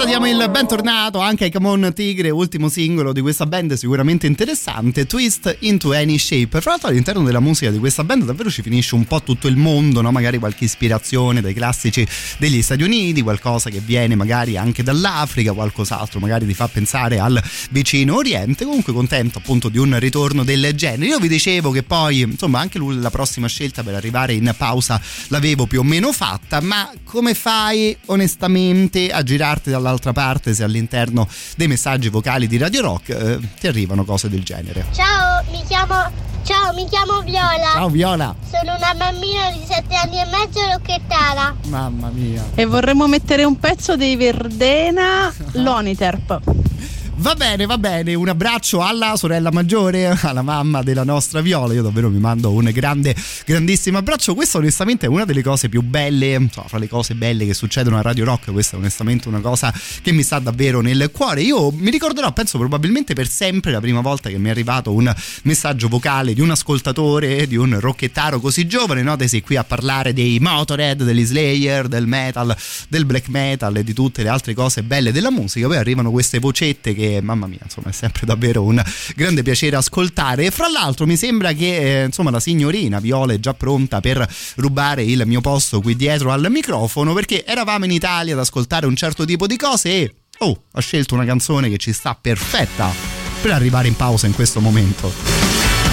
questa diamo il bentornato anche ai Come On Tigre, ultimo singolo di questa band sicuramente interessante, Twist into Any Shape. Fra l'altro all'interno della musica di questa band davvero ci finisce un po' tutto il mondo, no? Magari qualche ispirazione dai classici degli Stati Uniti, qualcosa che viene magari anche dall'Africa, qualcos'altro magari ti fa pensare al vicino Oriente. Comunque contento appunto di un ritorno del genere. Io vi dicevo che poi insomma anche la prossima scelta per arrivare in pausa l'avevo più o meno fatta, ma come fai onestamente a girarti dall'altra parte se all'interno dei messaggi vocali di Radio Rock eh, ti arrivano cose del genere? Ciao, mi chiamo Ciao, mi chiamo Viola. Ciao Viola. Sono una bambina di sette anni e mezzo rocchettara. Mamma mia. E vorremmo mettere un pezzo dei Verdena, Loniterp. Va bene, va bene, un abbraccio alla sorella maggiore, alla mamma della nostra Viola. Io davvero mi mando un grande, grandissimo abbraccio. Questa onestamente è una delle cose più belle, insomma, fra le cose belle che succedono a Radio Rock, questa è onestamente una cosa che mi sta davvero nel cuore. Io mi ricorderò, penso probabilmente per sempre, la prima volta che mi è arrivato un messaggio vocale di un ascoltatore, di un rocchettaro così giovane, no? Te sei qui a parlare dei Motorhead, degli Slayer, del metal, del black metal e di tutte le altre cose belle della musica. Poi arrivano queste vocette che mamma mia, insomma, è sempre davvero un grande piacere ascoltare. E fra l'altro mi sembra che eh, insomma la signorina Viola è già pronta per rubare il mio posto qui dietro al microfono, perché eravamo in Italia ad ascoltare un certo tipo di cose e oh, ha scelto una canzone che ci sta perfetta per arrivare in pausa in questo momento.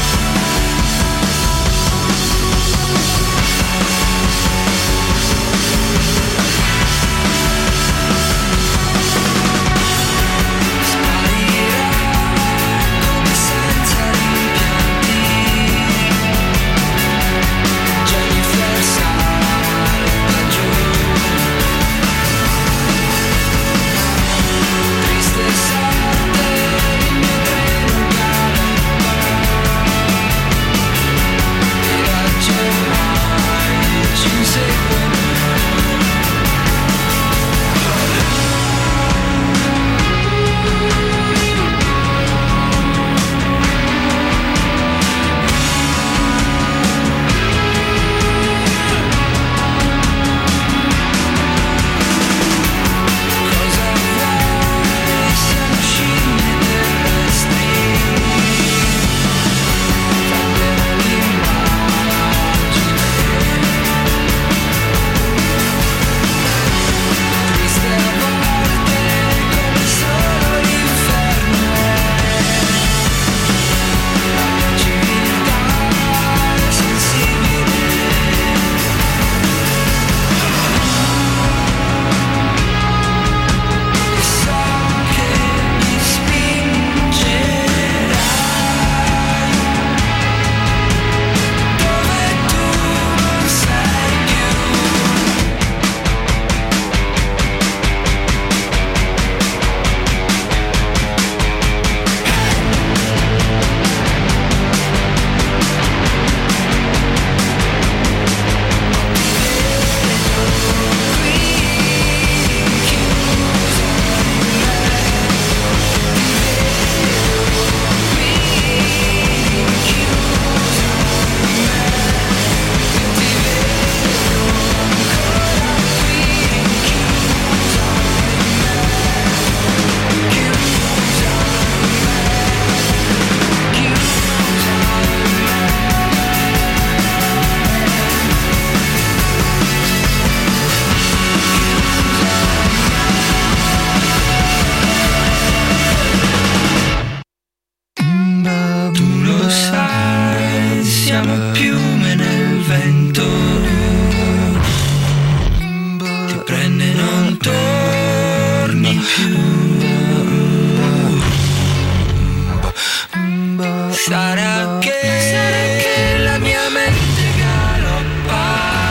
Sarà che, sarà che la mia mente galoppa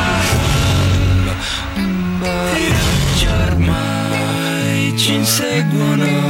e i raggi ormai ci inseguono.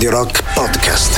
Radio Rock Podcast.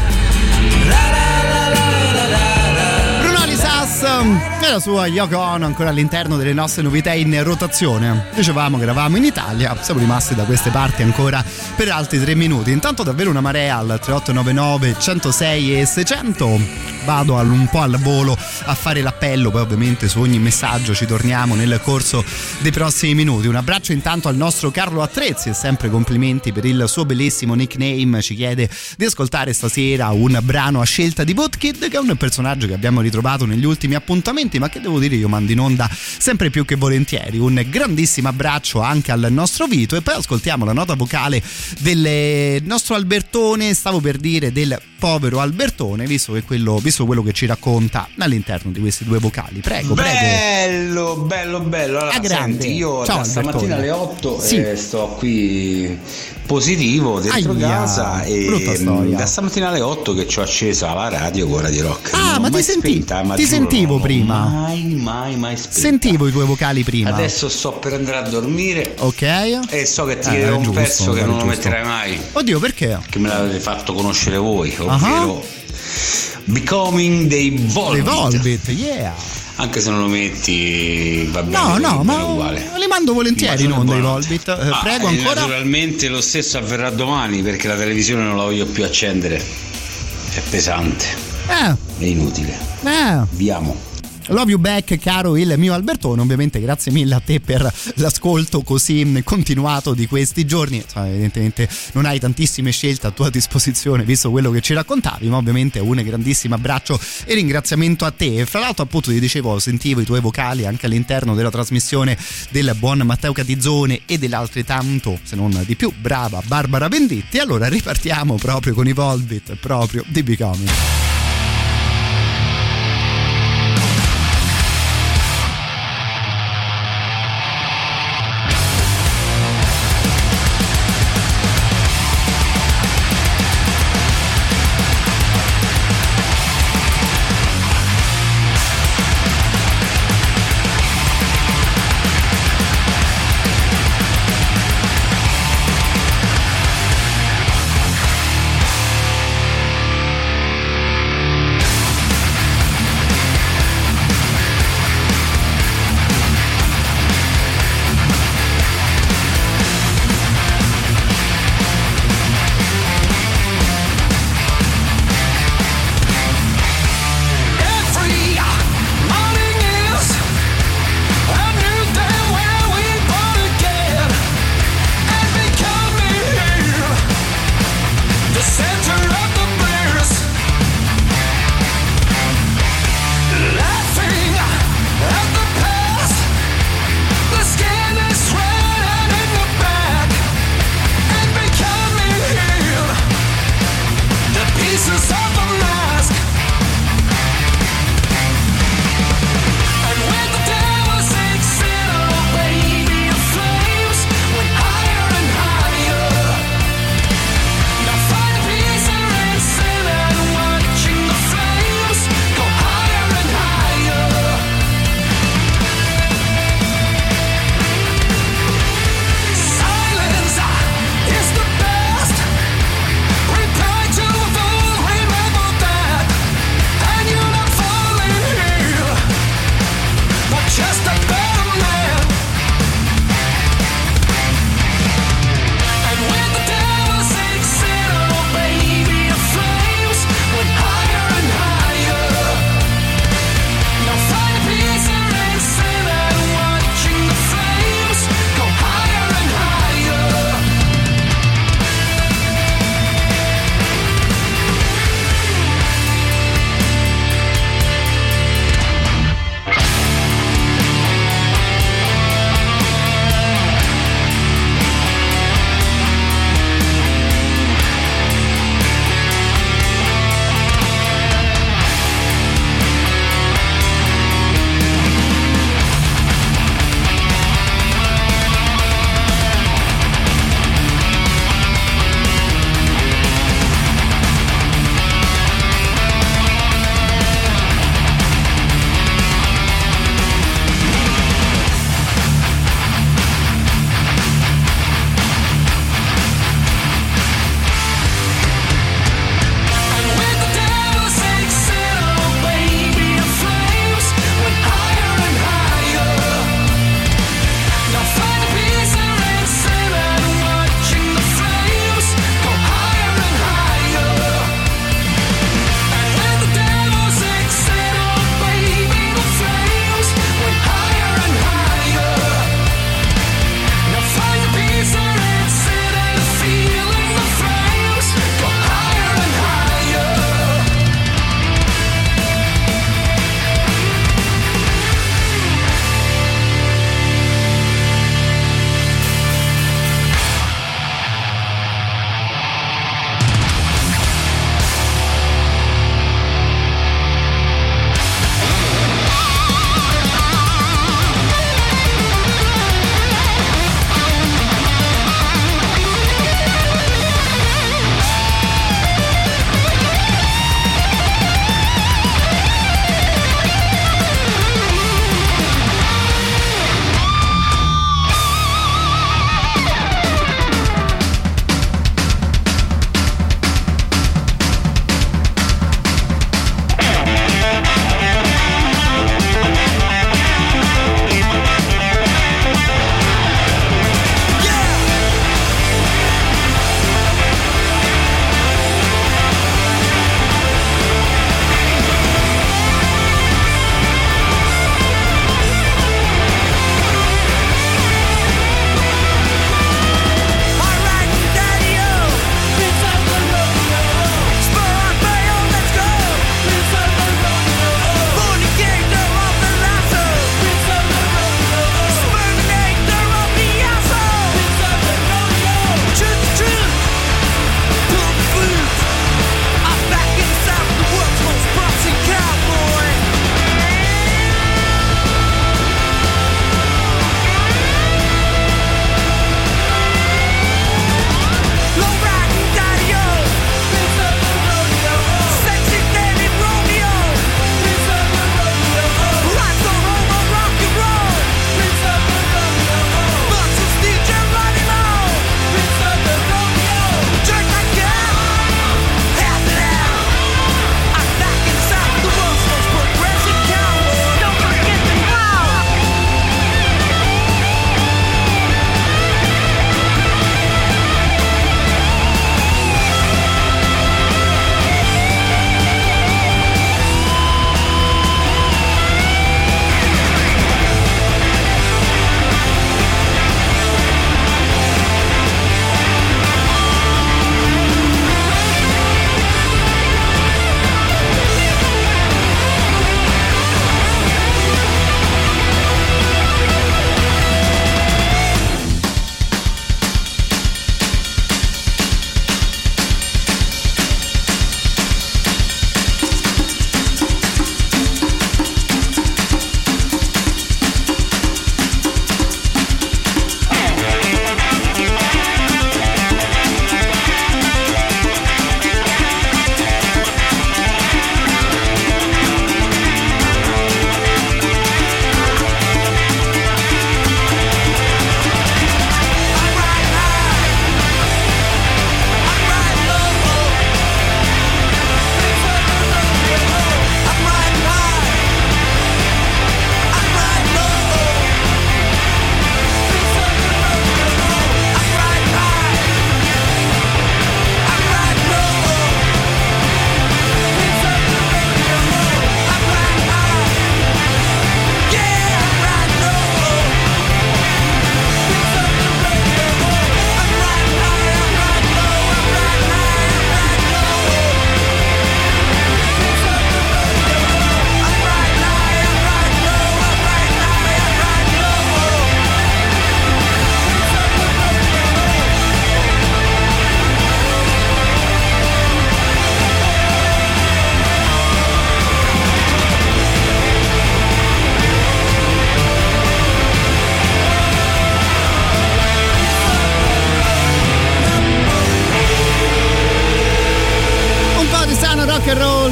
Bruno Alisas e la sua Yoko Ono ancora all'interno delle nostre novità in rotazione. Dicevamo che eravamo in Italia, siamo rimasti da queste parti ancora per altri tre minuti. Intanto davvero una marea al tre otto nove nove centosei e seicento. Vado al, un po' al volo a fare l'appello, poi ovviamente su ogni messaggio ci torniamo nel corso dei prossimi minuti. Un abbraccio intanto al nostro Carlo Attrezzi e sempre complimenti per il suo bellissimo nickname. Ci chiede di ascoltare stasera un brano a scelta di Bootkid, che è un personaggio che abbiamo ritrovato negli ultimi appuntamenti, ma che devo dire io mando in onda sempre più che volentieri. Un grandissimo abbraccio anche al nostro Vito, e poi ascoltiamo la nota vocale del nostro Albertone, stavo per dire del povero Albertone, visto che quello visto quello che ci racconta all'interno di questi due vocali. Prego, bello, prego. Bello, bello. Allora, a grande. Senti, io Ciao, da stamattina alle otto sì. eh, sto qui positivo dentro Aia, casa e da stamattina alle otto che ci ho accesa la radio con Radio Rock. Ah, non ma ti, senti, spenta, ma ti giuro, sentivo prima. Mai, mai, mai spenta. Sentivo i tuoi vocali prima. Adesso sto per andare a dormire. Ok. E so che ti eh, dirò un giusto, pezzo che non giusto. lo metterai mai. Oddio, perché? Che me l'avete fatto conoscere voi, ovvero uh-huh. Becoming dei Volbeat. Dei Volbeat, yeah. Anche se non lo metti va bene. No, no, ma uguale. li mando volentieri in onda i Volbeat. Eh, ah, prego ancora. Naturalmente lo stesso avverrà domani, perché la televisione non la voglio più accendere. È pesante. Eh. È inutile. Eh. Viamo. Love you back, caro il mio Albertone. Ovviamente grazie mille a te per l'ascolto così continuato di questi giorni. Insomma, evidentemente non hai tantissime scelte a tua disposizione visto quello che ci raccontavi, ma ovviamente un grandissimo abbraccio e ringraziamento a te. E fra l'altro, appunto, ti dicevo, sentivo i tuoi vocali anche all'interno della trasmissione del buon Matteo Catizzone e dell'altrettanto, se non di più, brava Barbara Venditti. Allora ripartiamo proprio con i Volbeat, proprio di Becoming. Becoming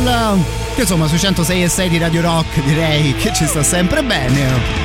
Girl, che insomma sui centosei e sei di Radio Rock direi che ci sta sempre bene.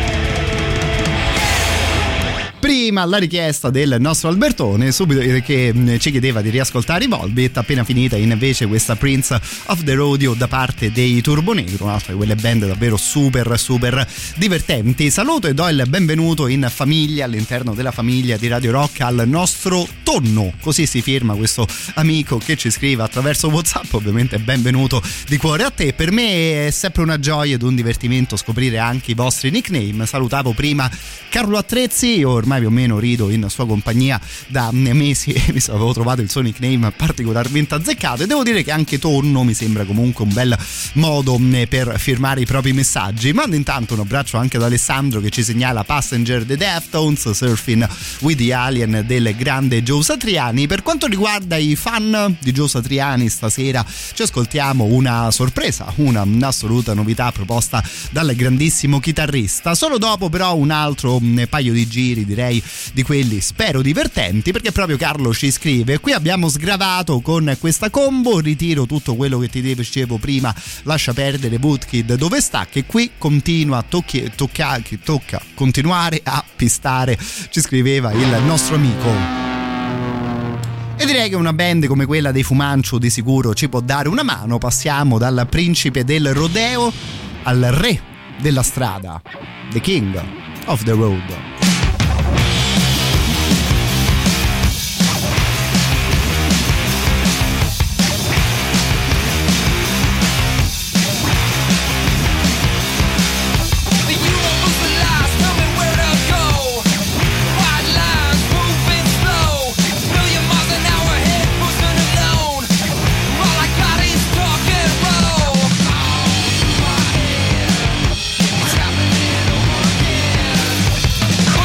Prima la richiesta del nostro Albertone, subito che ci chiedeva di riascoltare i Volbeat, appena finita invece questa Prince of the Rodeo da parte dei Turbonegro, un'altra di quelle band davvero super super divertenti. Saluto e do il benvenuto in famiglia, all'interno della famiglia di Radio Rock, al nostro Tonno, così si firma questo amico che ci scrive attraverso WhatsApp. Ovviamente benvenuto di cuore a te. Per me è sempre una gioia ed un divertimento scoprire anche i vostri nickname. Salutavo prima Carlo Attrezzi, ormai più o meno rido in sua compagnia da mesi e mi avevo trovato il suo nickname particolarmente azzeccato, e devo dire che anche Tonno mi sembra comunque un bel modo per firmare i propri messaggi. Mando intanto un abbraccio anche ad Alessandro che ci segnala Passenger The Deftones, Surfing with the Alien del grande Joe Satriani. Per quanto riguarda i fan di Joe Satriani, stasera ci ascoltiamo una sorpresa, una assoluta novità proposta dal grandissimo chitarrista. Solo dopo però un altro paio di giri, direi di quelli spero divertenti, perché proprio Carlo ci scrive: qui abbiamo sgravato con questa combo, ritiro tutto quello che ti dicevo prima, lascia perdere Bootkid dove sta, che qui continua a tocchi, tocca, tocca continuare a pistare, ci scriveva il nostro amico. E direi che una band come quella dei Fumancio di sicuro ci può dare una mano. Passiamo dal principe del rodeo al re della strada, The King of the Road. Oh,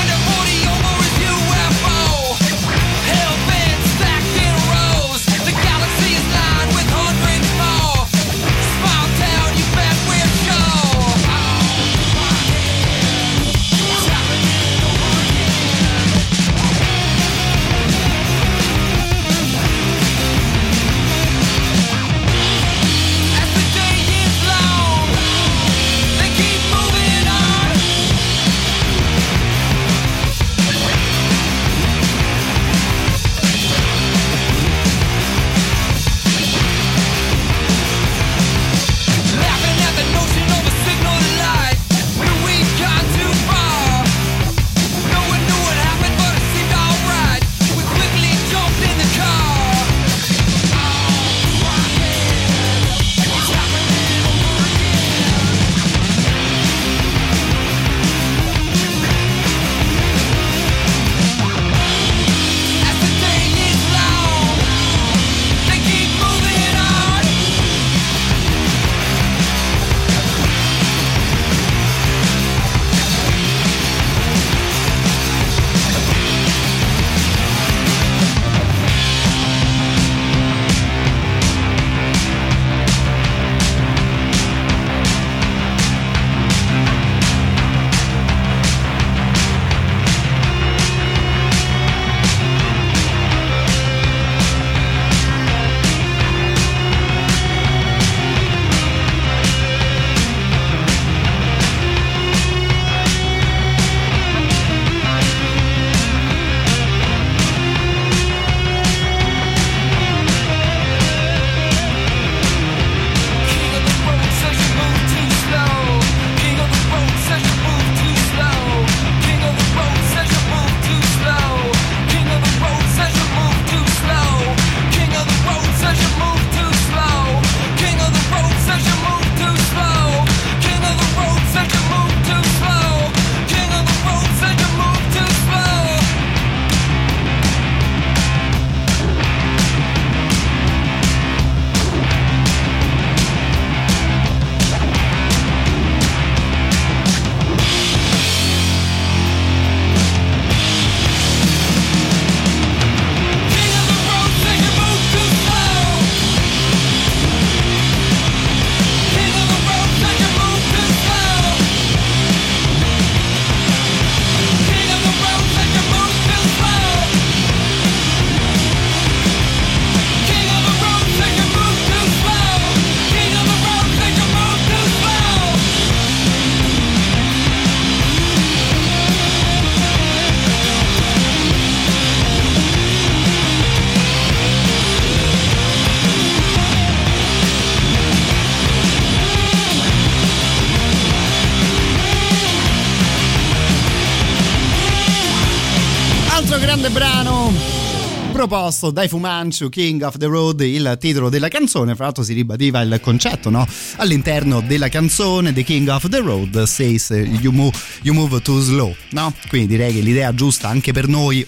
grande brano proposto dai Fu Manchu, King of the Road, il titolo della canzone. Fra l'altro si ribadiva il concetto, no? All'interno della canzone The King of the Road says you move, you move too slow, no? Quindi direi che l'idea giusta anche per noi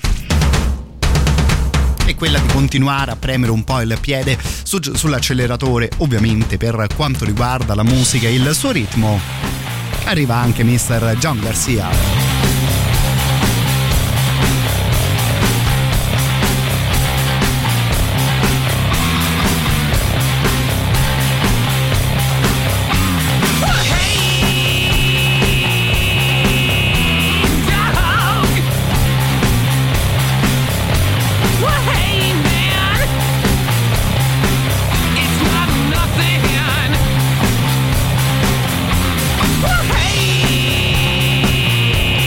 è quella di continuare a premere un po' il piede su, sull'acceleratore, ovviamente per quanto riguarda la musica e il suo ritmo. Arriva anche mister John Garcia. Hey!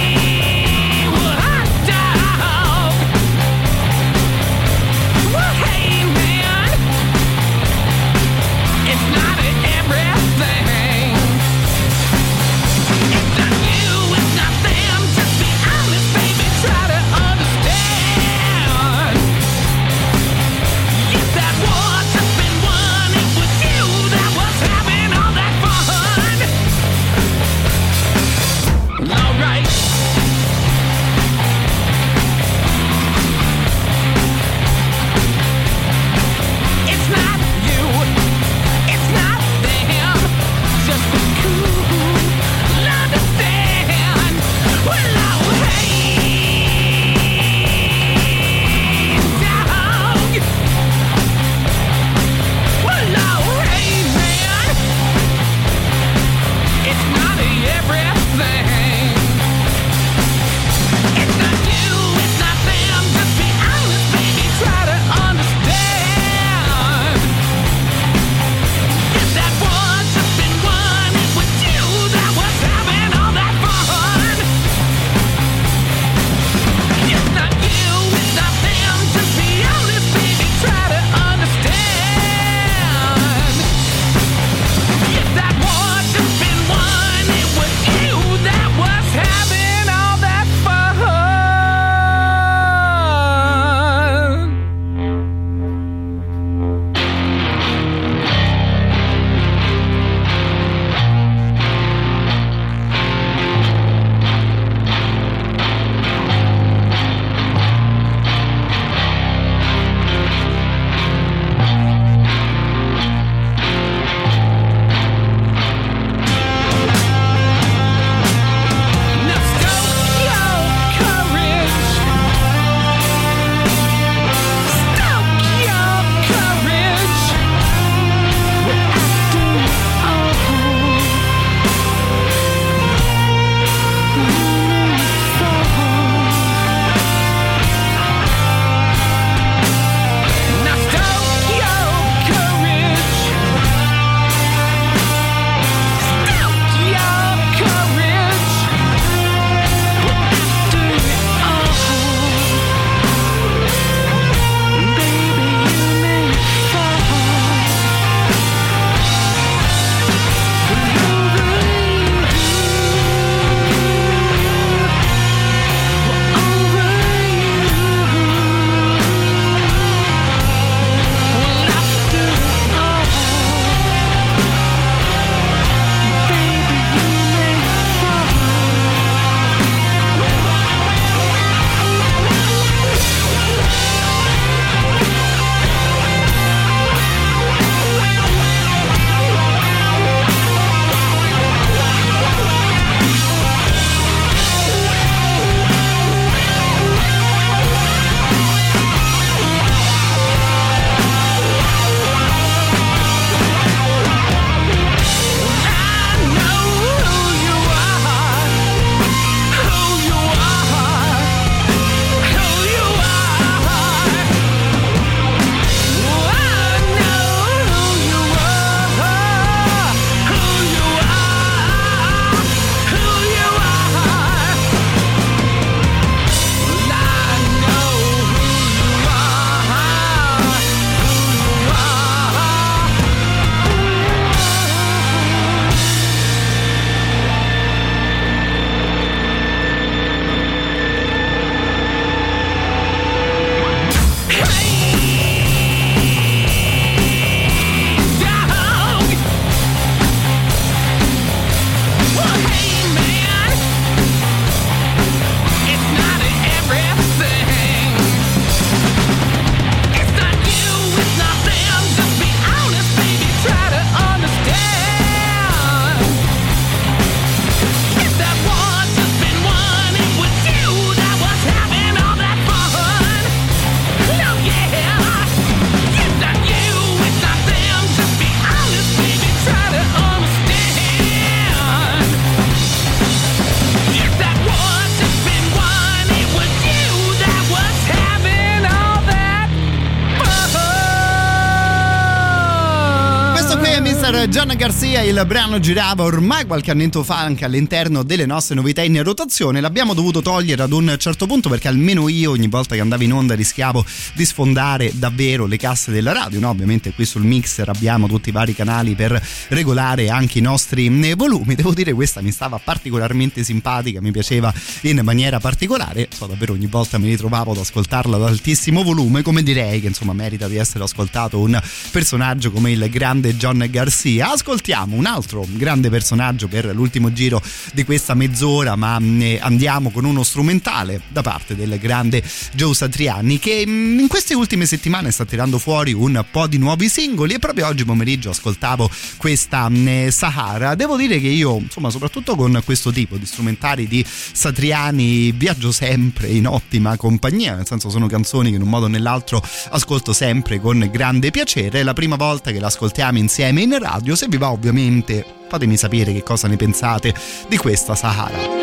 per John Garcia il brano girava ormai qualche annetto fa anche all'interno delle nostre novità in rotazione. L'abbiamo dovuto togliere ad un certo punto perché almeno io ogni volta che andavo in onda rischiavo di sfondare davvero le casse della radio, no? Ovviamente qui sul mixer abbiamo tutti i vari canali per regolare anche i nostri volumi. Devo dire questa mi stava particolarmente simpatica, mi piaceva in maniera particolare, so davvero ogni volta mi ritrovavo ad ascoltarla ad altissimo volume, come direi che insomma merita di essere ascoltato un personaggio come il grande John Garcia. Ascoltiamo un altro grande personaggio per l'ultimo giro di questa mezz'ora, ma andiamo con uno strumentale da parte del grande Joe Satriani, che in queste ultime settimane sta tirando fuori un po' di nuovi singoli, e proprio oggi pomeriggio ascoltavo questa Sahara. Devo dire che io insomma soprattutto con questo tipo di strumentali di Satriani viaggio sempre in ottima compagnia, nel senso sono canzoni che in un modo o nell'altro ascolto sempre con grande piacere. È la prima volta che l'ascoltiamo insieme in radio. Se vi va ovviamente fatemi sapere che cosa ne pensate di questa Sahara.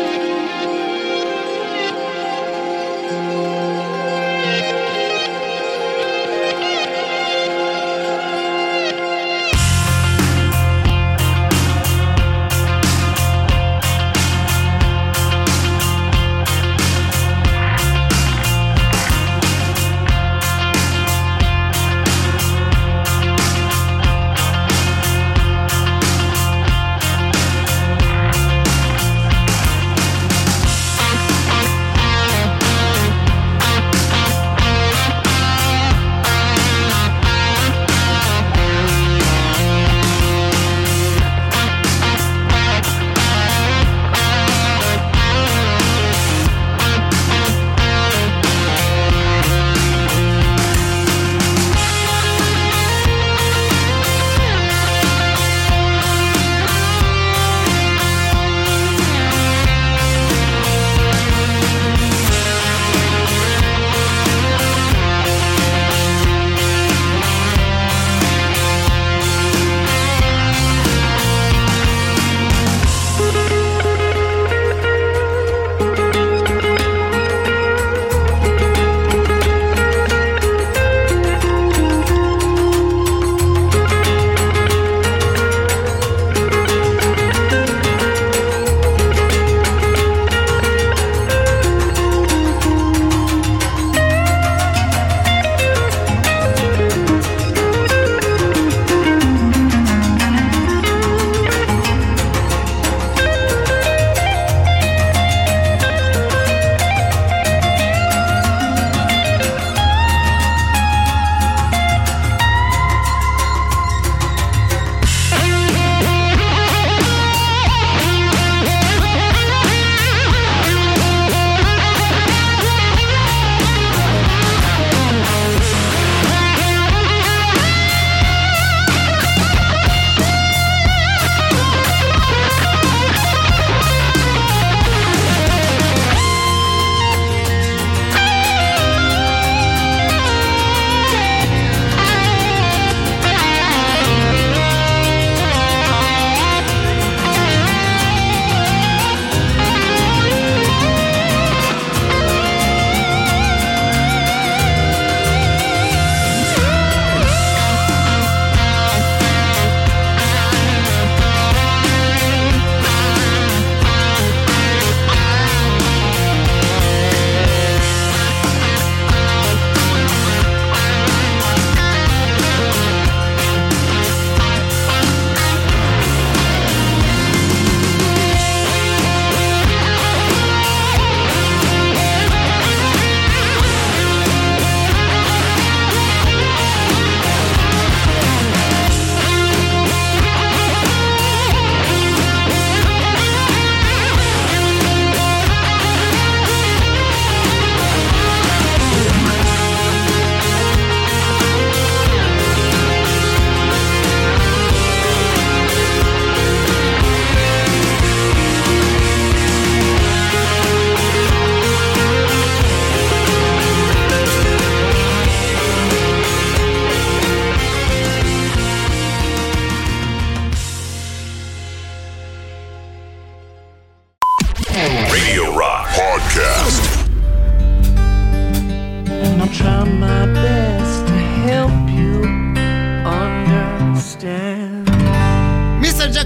my best to help you understand.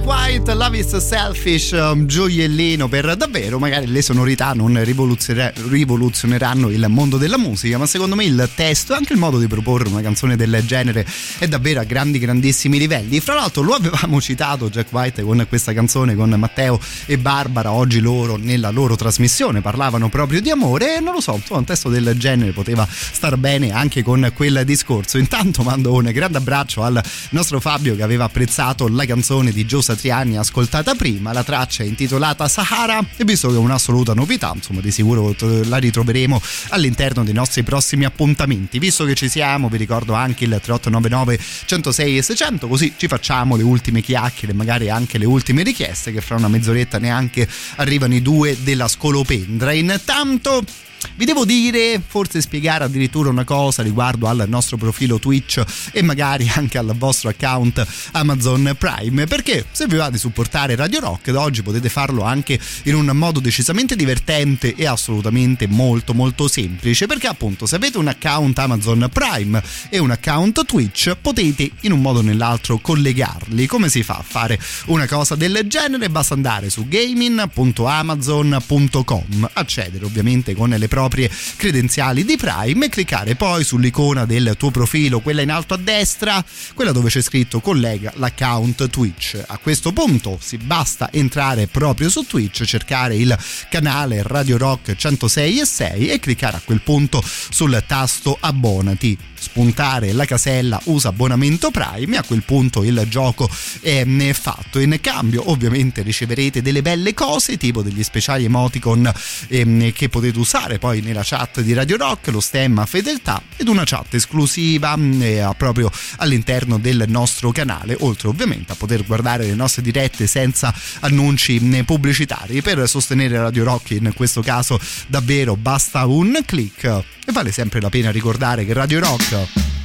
Jack White, Love is Selfish, um, gioiellino per davvero. Magari le sonorità non rivoluzioneranno il mondo della musica, ma secondo me il testo e anche il modo di proporre una canzone del genere è davvero a grandi grandissimi livelli. Fra l'altro lo avevamo citato Jack White con questa canzone con Matteo e Barbara, oggi loro nella loro trasmissione parlavano proprio di amore, e non lo so, insomma, un testo del genere poteva star bene anche con quel discorso. Intanto mando un grande abbraccio al nostro Fabio che aveva apprezzato la canzone di Gio Satriani ascoltata prima, la traccia è intitolata Sahara, e visto che è un'assoluta novità, insomma di sicuro la ritroveremo all'interno dei nostri prossimi appuntamenti. Visto che ci siamo, vi ricordo anche il tre otto nove nove uno zero sei seicento, così ci facciamo le ultime chiacchiere, magari anche le ultime richieste, che fra una mezz'oretta neanche arrivano i due della Scolopendra. Intanto vi devo dire, forse spiegare addirittura una cosa riguardo al nostro profilo Twitch e magari anche al vostro account Amazon Prime, perché se vi va di supportare Radio Rock da oggi potete farlo anche in un modo decisamente divertente e assolutamente molto molto semplice, perché appunto se avete un account Amazon Prime e un account Twitch potete in un modo o nell'altro collegarli. Come si fa a fare una cosa del genere? Basta andare su gaming punto amazon punto com, accedere ovviamente con le proprie credenziali di Prime e cliccare poi sull'icona del tuo profilo, quella in alto a destra, quella dove c'è scritto collega l'account Twitch. A questo punto si basta entrare proprio su Twitch, cercare il canale Radio Rock centosei e sei e cliccare a quel punto sul tasto abbonati, spuntare la casella usa abbonamento Prime e a quel punto il gioco è fatto. In cambio ovviamente riceverete delle belle cose, tipo degli speciali emoticon ehm, che potete usare poi nella chat di Radio Rock, lo stemma fedeltà ed una chat esclusiva eh, proprio all'interno del nostro canale, oltre ovviamente a poter guardare le nostre dirette senza annunci pubblicitari. Per sostenere Radio Rock in questo caso davvero basta un click, e vale sempre la pena ricordare che Radio Rock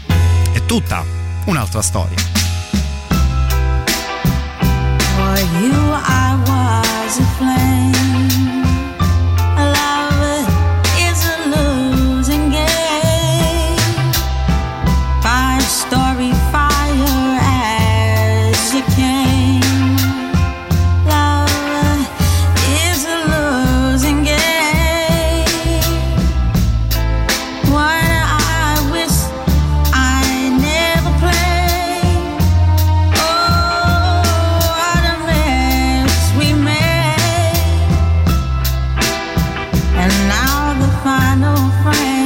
è tutta un'altra storia. For you I was a flame. Story fire as you came. Love is a losing game. What I wish I never played. Oh, what a mess we made. And now the final frame.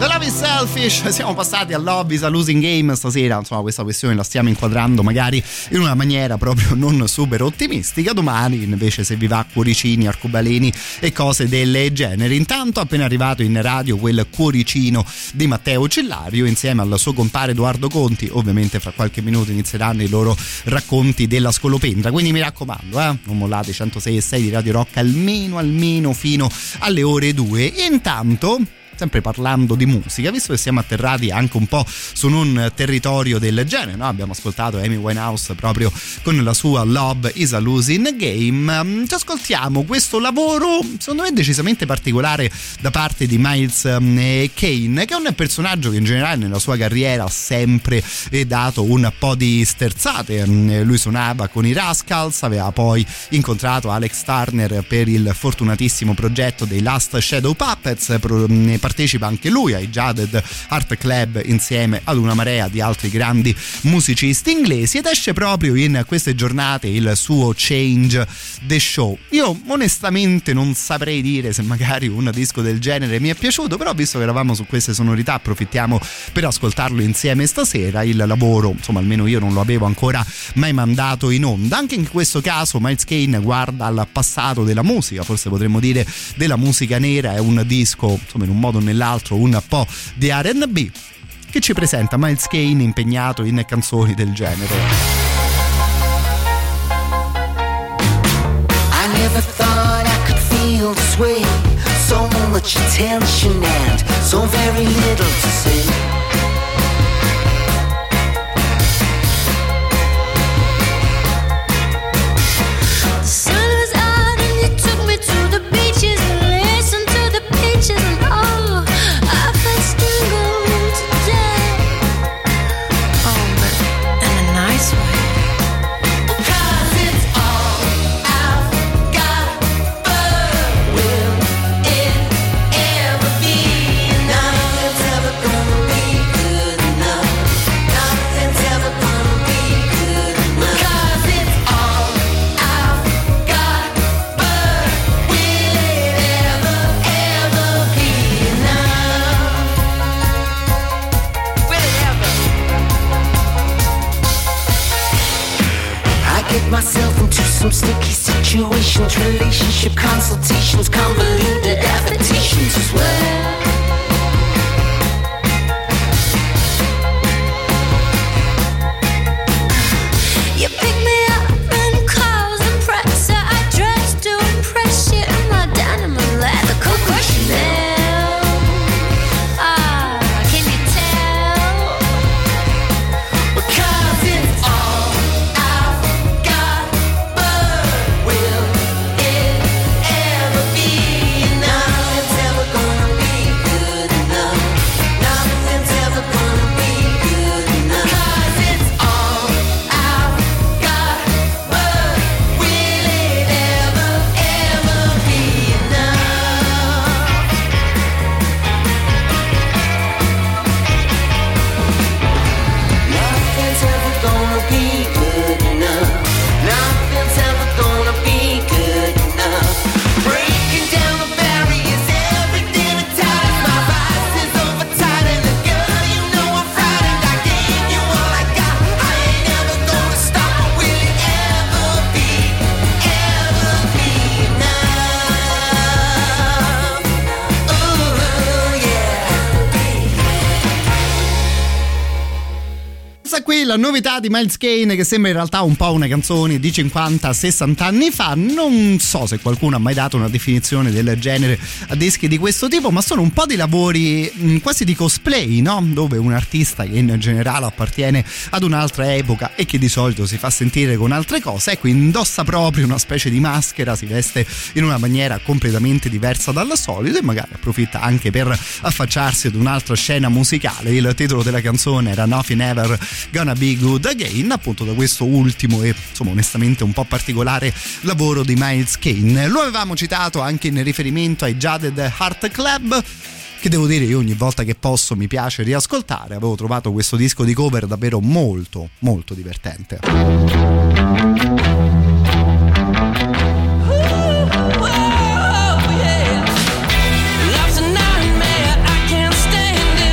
The Love is Selfish, siamo passati a Love is a Losing Game stasera, insomma questa questione la stiamo inquadrando magari in una maniera proprio non super ottimistica. Domani invece se vi va cuoricini, arcobaleni e cose del genere. Intanto appena arrivato in radio quel cuoricino di Matteo Cillario insieme al suo compare Edoardo Conti, ovviamente fra qualche minuto inizieranno i loro racconti della scolopendra, quindi mi raccomando eh, non mollate i centosei e sei di Radio Rock almeno almeno fino alle ore due. E intanto, sempre parlando di musica, visto che siamo atterrati anche un po' su un territorio del genere, no? Abbiamo ascoltato Amy Winehouse proprio con la sua Love is a Losing Game, ci ascoltiamo questo lavoro secondo me decisamente particolare da parte di Miles Kane, che è un personaggio che in generale nella sua carriera ha sempre dato un po' di sterzate. Lui suonava con i Rascals, aveva poi incontrato Alex Turner per il fortunatissimo progetto dei Last Shadow Puppets, partecipa anche lui ai Jaded Heart Club insieme ad una marea di altri grandi musicisti inglesi, ed esce proprio in queste giornate il suo Change the Show. Io onestamente non saprei dire se magari un disco del genere mi è piaciuto, però visto che eravamo su queste sonorità approfittiamo per ascoltarlo insieme stasera. Il lavoro, insomma, almeno io non lo avevo ancora mai mandato in onda. Anche in questo caso Miles Kane guarda al passato della musica, forse potremmo dire della musica nera. È un disco, insomma, in un modo o nell'altro un po' di R and B, che ci presenta Miles Kane impegnato in canzoni del genere. I never thought I could feel this way. So much attention and so very little to say. The sun was out and you took me to the beaches and listened to the beaches and oh, I felt stingled today. Oh, but in a nice way. Because it's all I've got, but will it ever be enough? Nothing's ever gonna be good enough. Nothing's ever gonna be good enough. Because it's all I've got, but will it ever, ever be enough? Will it ever? I get myself into some sticky situations, relationship consultations, convoluted affectations as well. You pick me up in cars and press, I dress to impress you in my denim and leather Coco Chanel. Ah, can you tell? Because it's all I've got, but will it ever be enough? Nothing's ever gonna be good enough. Nothing's ever gonna be good enough. 'Cause it's all I've got, but will it ever, ever be enough? Nothing's ever gonna be good enough. Nothing's ever gonna be good enough. Breaking down the barriers, everything that ties my rise is over tight, and the girl, you know I'm frightened. I gave you all I got. I ain't ever gonna stop. Will it ever be, ever be enough? Ooh, yeah. Questa qui la novità di Miles Kane, che sembra in realtà un po' una canzone di cinquanta sessanta anni fa. Non so se qualcuno ha mai dato una definizione del genere a dischi di questo tipo, ma sono un po' di lavori mh, quasi di cosplay, no? Dove un artista che in generale appartiene ad un'altra epoca e che di solito si fa sentire con altre cose, ecco, indossa proprio una specie di maschera, si veste in una maniera completamente diversa dal solito e magari approfitta anche per affacciarsi ad un'altra scena musicale. Il titolo della canzone era Nothing Ever Gonna Be Good Again, appunto da questo ultimo e insomma onestamente un po' particolare lavoro di Miles Kane. Lo avevamo citato anche in riferimento ai Jaded Heart Club, che devo dire io ogni volta che posso mi piace riascoltare. Avevo trovato questo disco di cover davvero molto molto divertente. Love's a nightmare, I can't stand it.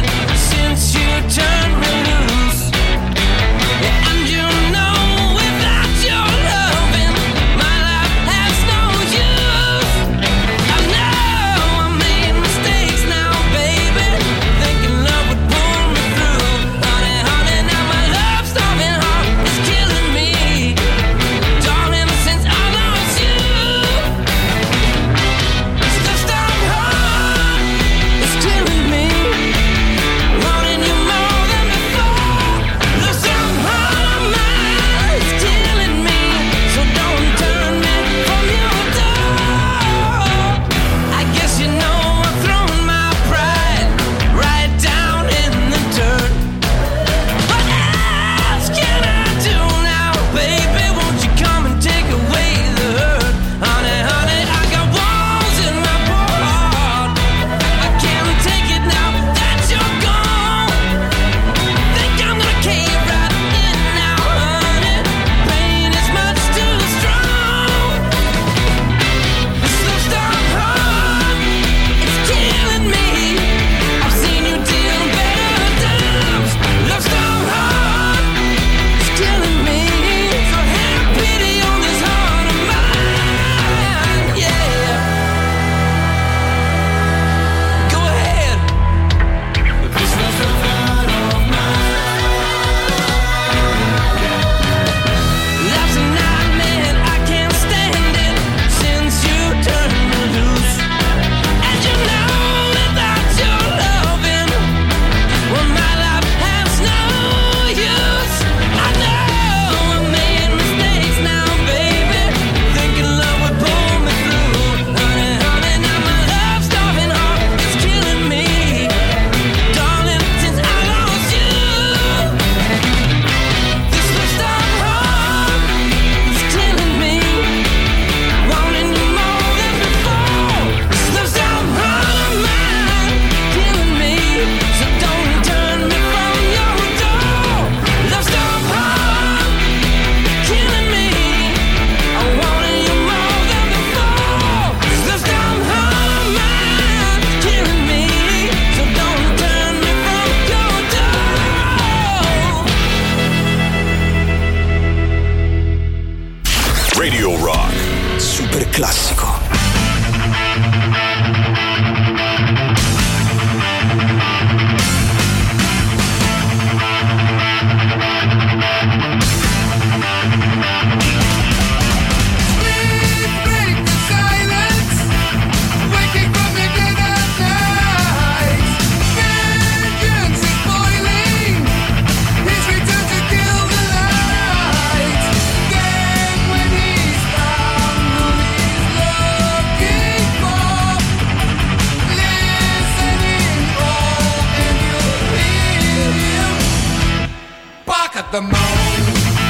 classico. The moon.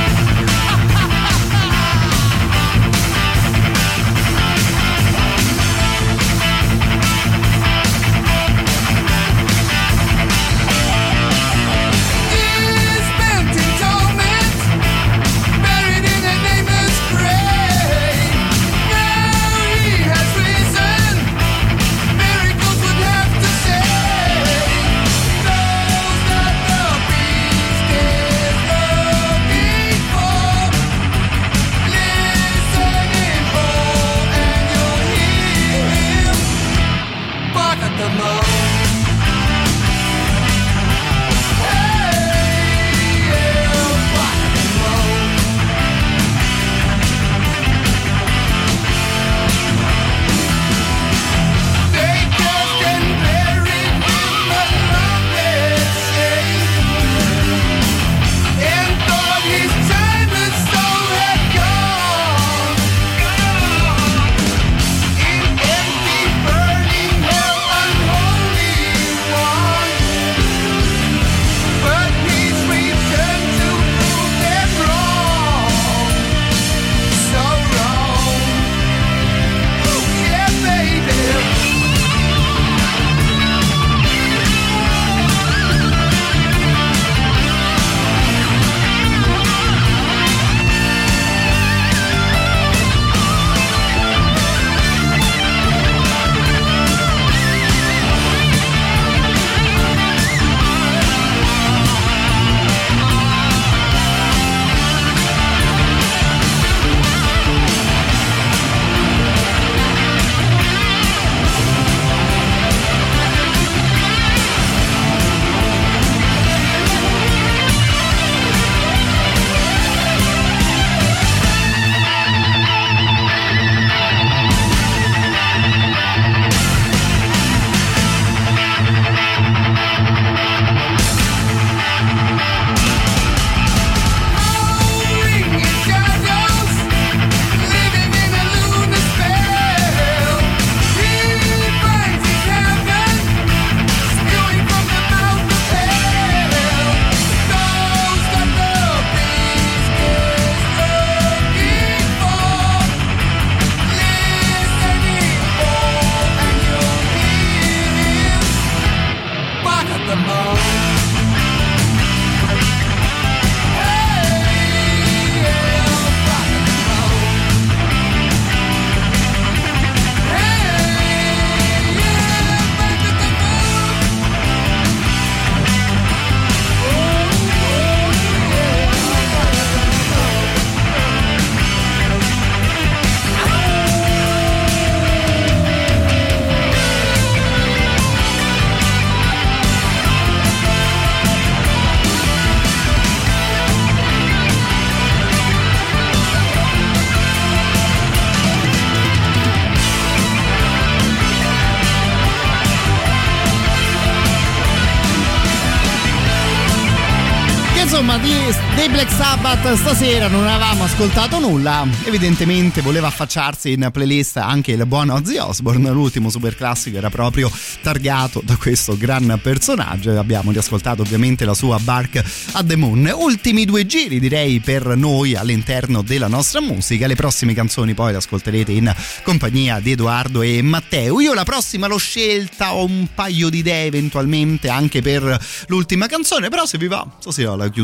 Insomma, di, dei Black Sabbath stasera non avevamo ascoltato nulla. Evidentemente voleva affacciarsi in playlist anche il buon Ozzy Osbourne. L'ultimo super classico era proprio targato da questo gran personaggio. Abbiamo riascoltato ovviamente la sua Bark at the Moon. Ultimi due giri direi per noi all'interno della nostra musica. Le prossime canzoni poi le ascolterete in compagnia di Edoardo e Matteo. Io la prossima l'ho scelta, ho un paio di idee eventualmente anche per l'ultima canzone, però se vi va stasera la chiusura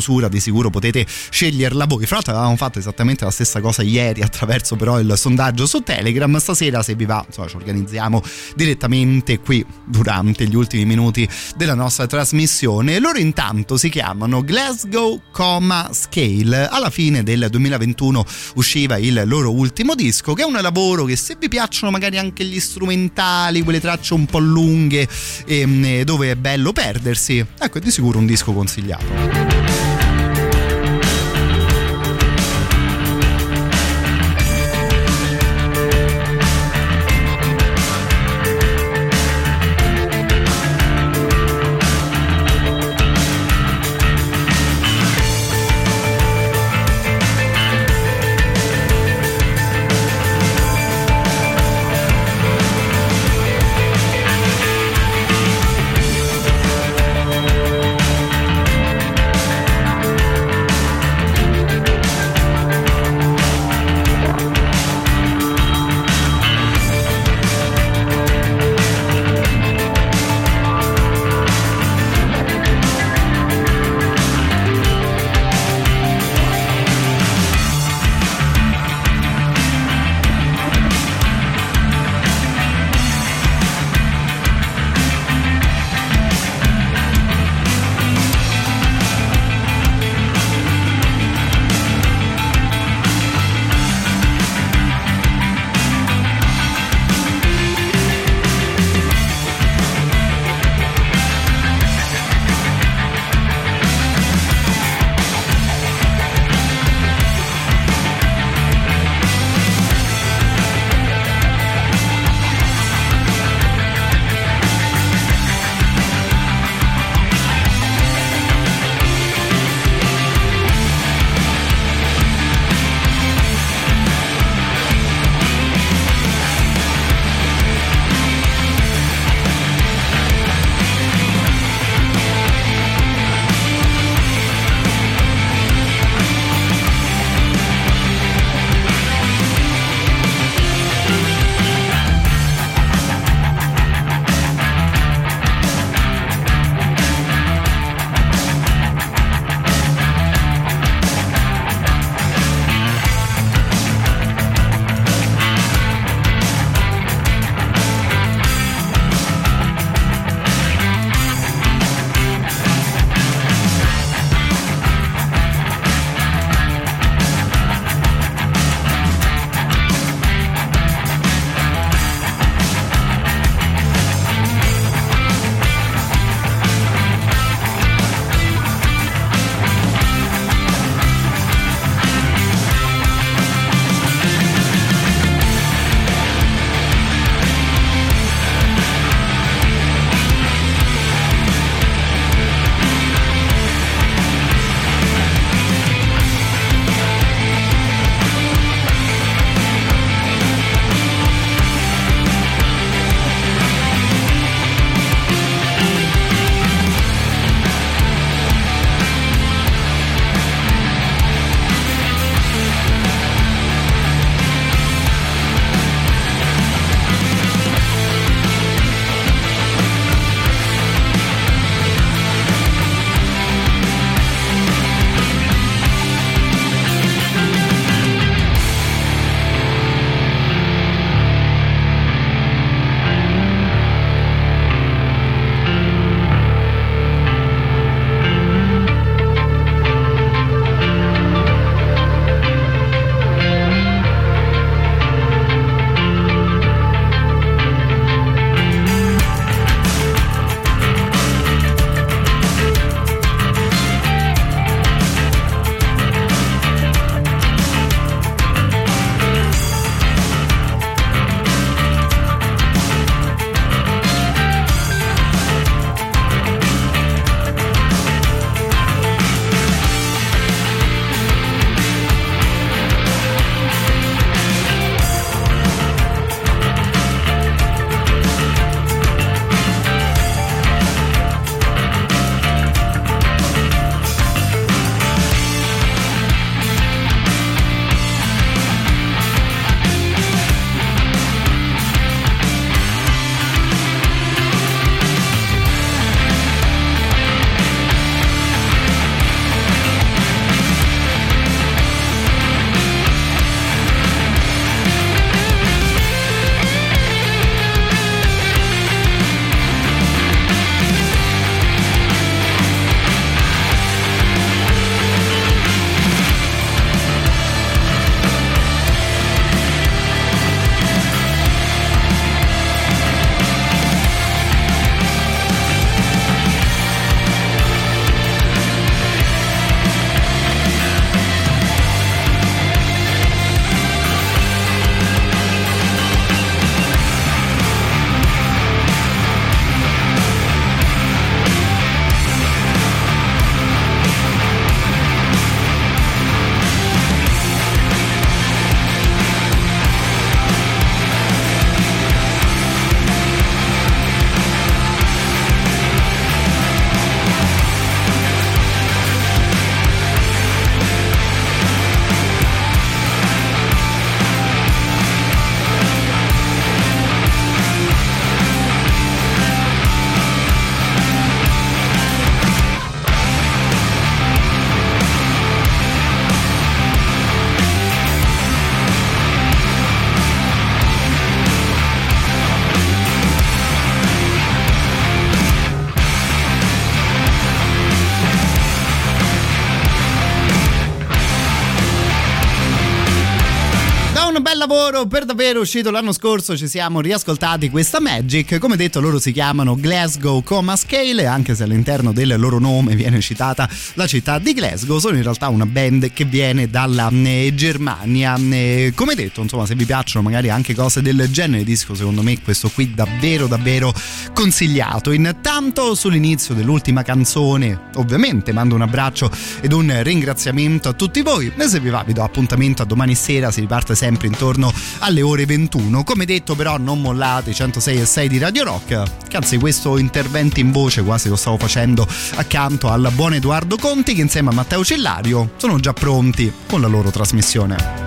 chiusura di sicuro potete sceglierla voi. Fra l'altro avevamo fatto esattamente la stessa cosa ieri attraverso però il sondaggio su Telegram. Stasera, se vi va, insomma, ci organizziamo direttamente qui durante gli ultimi minuti della nostra trasmissione. Loro intanto si chiamano Glasgow Coma Scale. Alla fine del duemilaventuno usciva il loro ultimo disco, che è un lavoro che, se vi piacciono magari anche gli strumentali, quelle tracce un po' lunghe e dove è bello perdersi, ecco, è di sicuro un disco consigliato. Un bel lavoro, per davvero, uscito l'anno scorso, ci siamo riascoltati questa Magic. Come detto, loro si chiamano Glasgow Coma Scale, anche se all'interno del loro nome viene citata la città di Glasgow. Sono in realtà una band che viene dalla eh, Germania. Eh, come detto, insomma, se vi piacciono magari anche cose del genere disco, secondo me questo qui davvero davvero consigliato. Intanto, sull'inizio dell'ultima canzone, ovviamente mando un abbraccio ed un ringraziamento a tutti voi, e se vi va vi do appuntamento a domani sera. Si riparte sempre intorno alle ore ventuno. Come detto, però, non mollate i centosei e sei di Radio Rock, che anzi questo intervento in voce quasi lo stavo facendo accanto al buon Edoardo Conti, che insieme a Matteo Cellario sono già pronti con la loro trasmissione.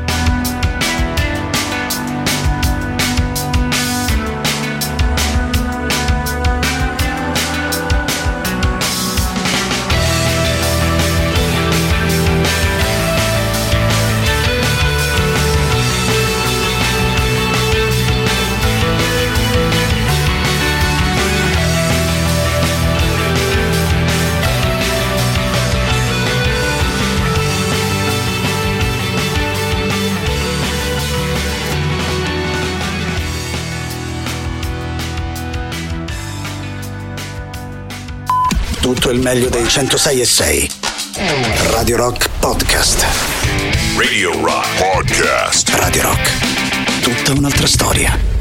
Tutto il meglio dei centosei e sei. Radio Rock Podcast. Radio Rock Podcast. Radio Rock. Tutta un'altra storia.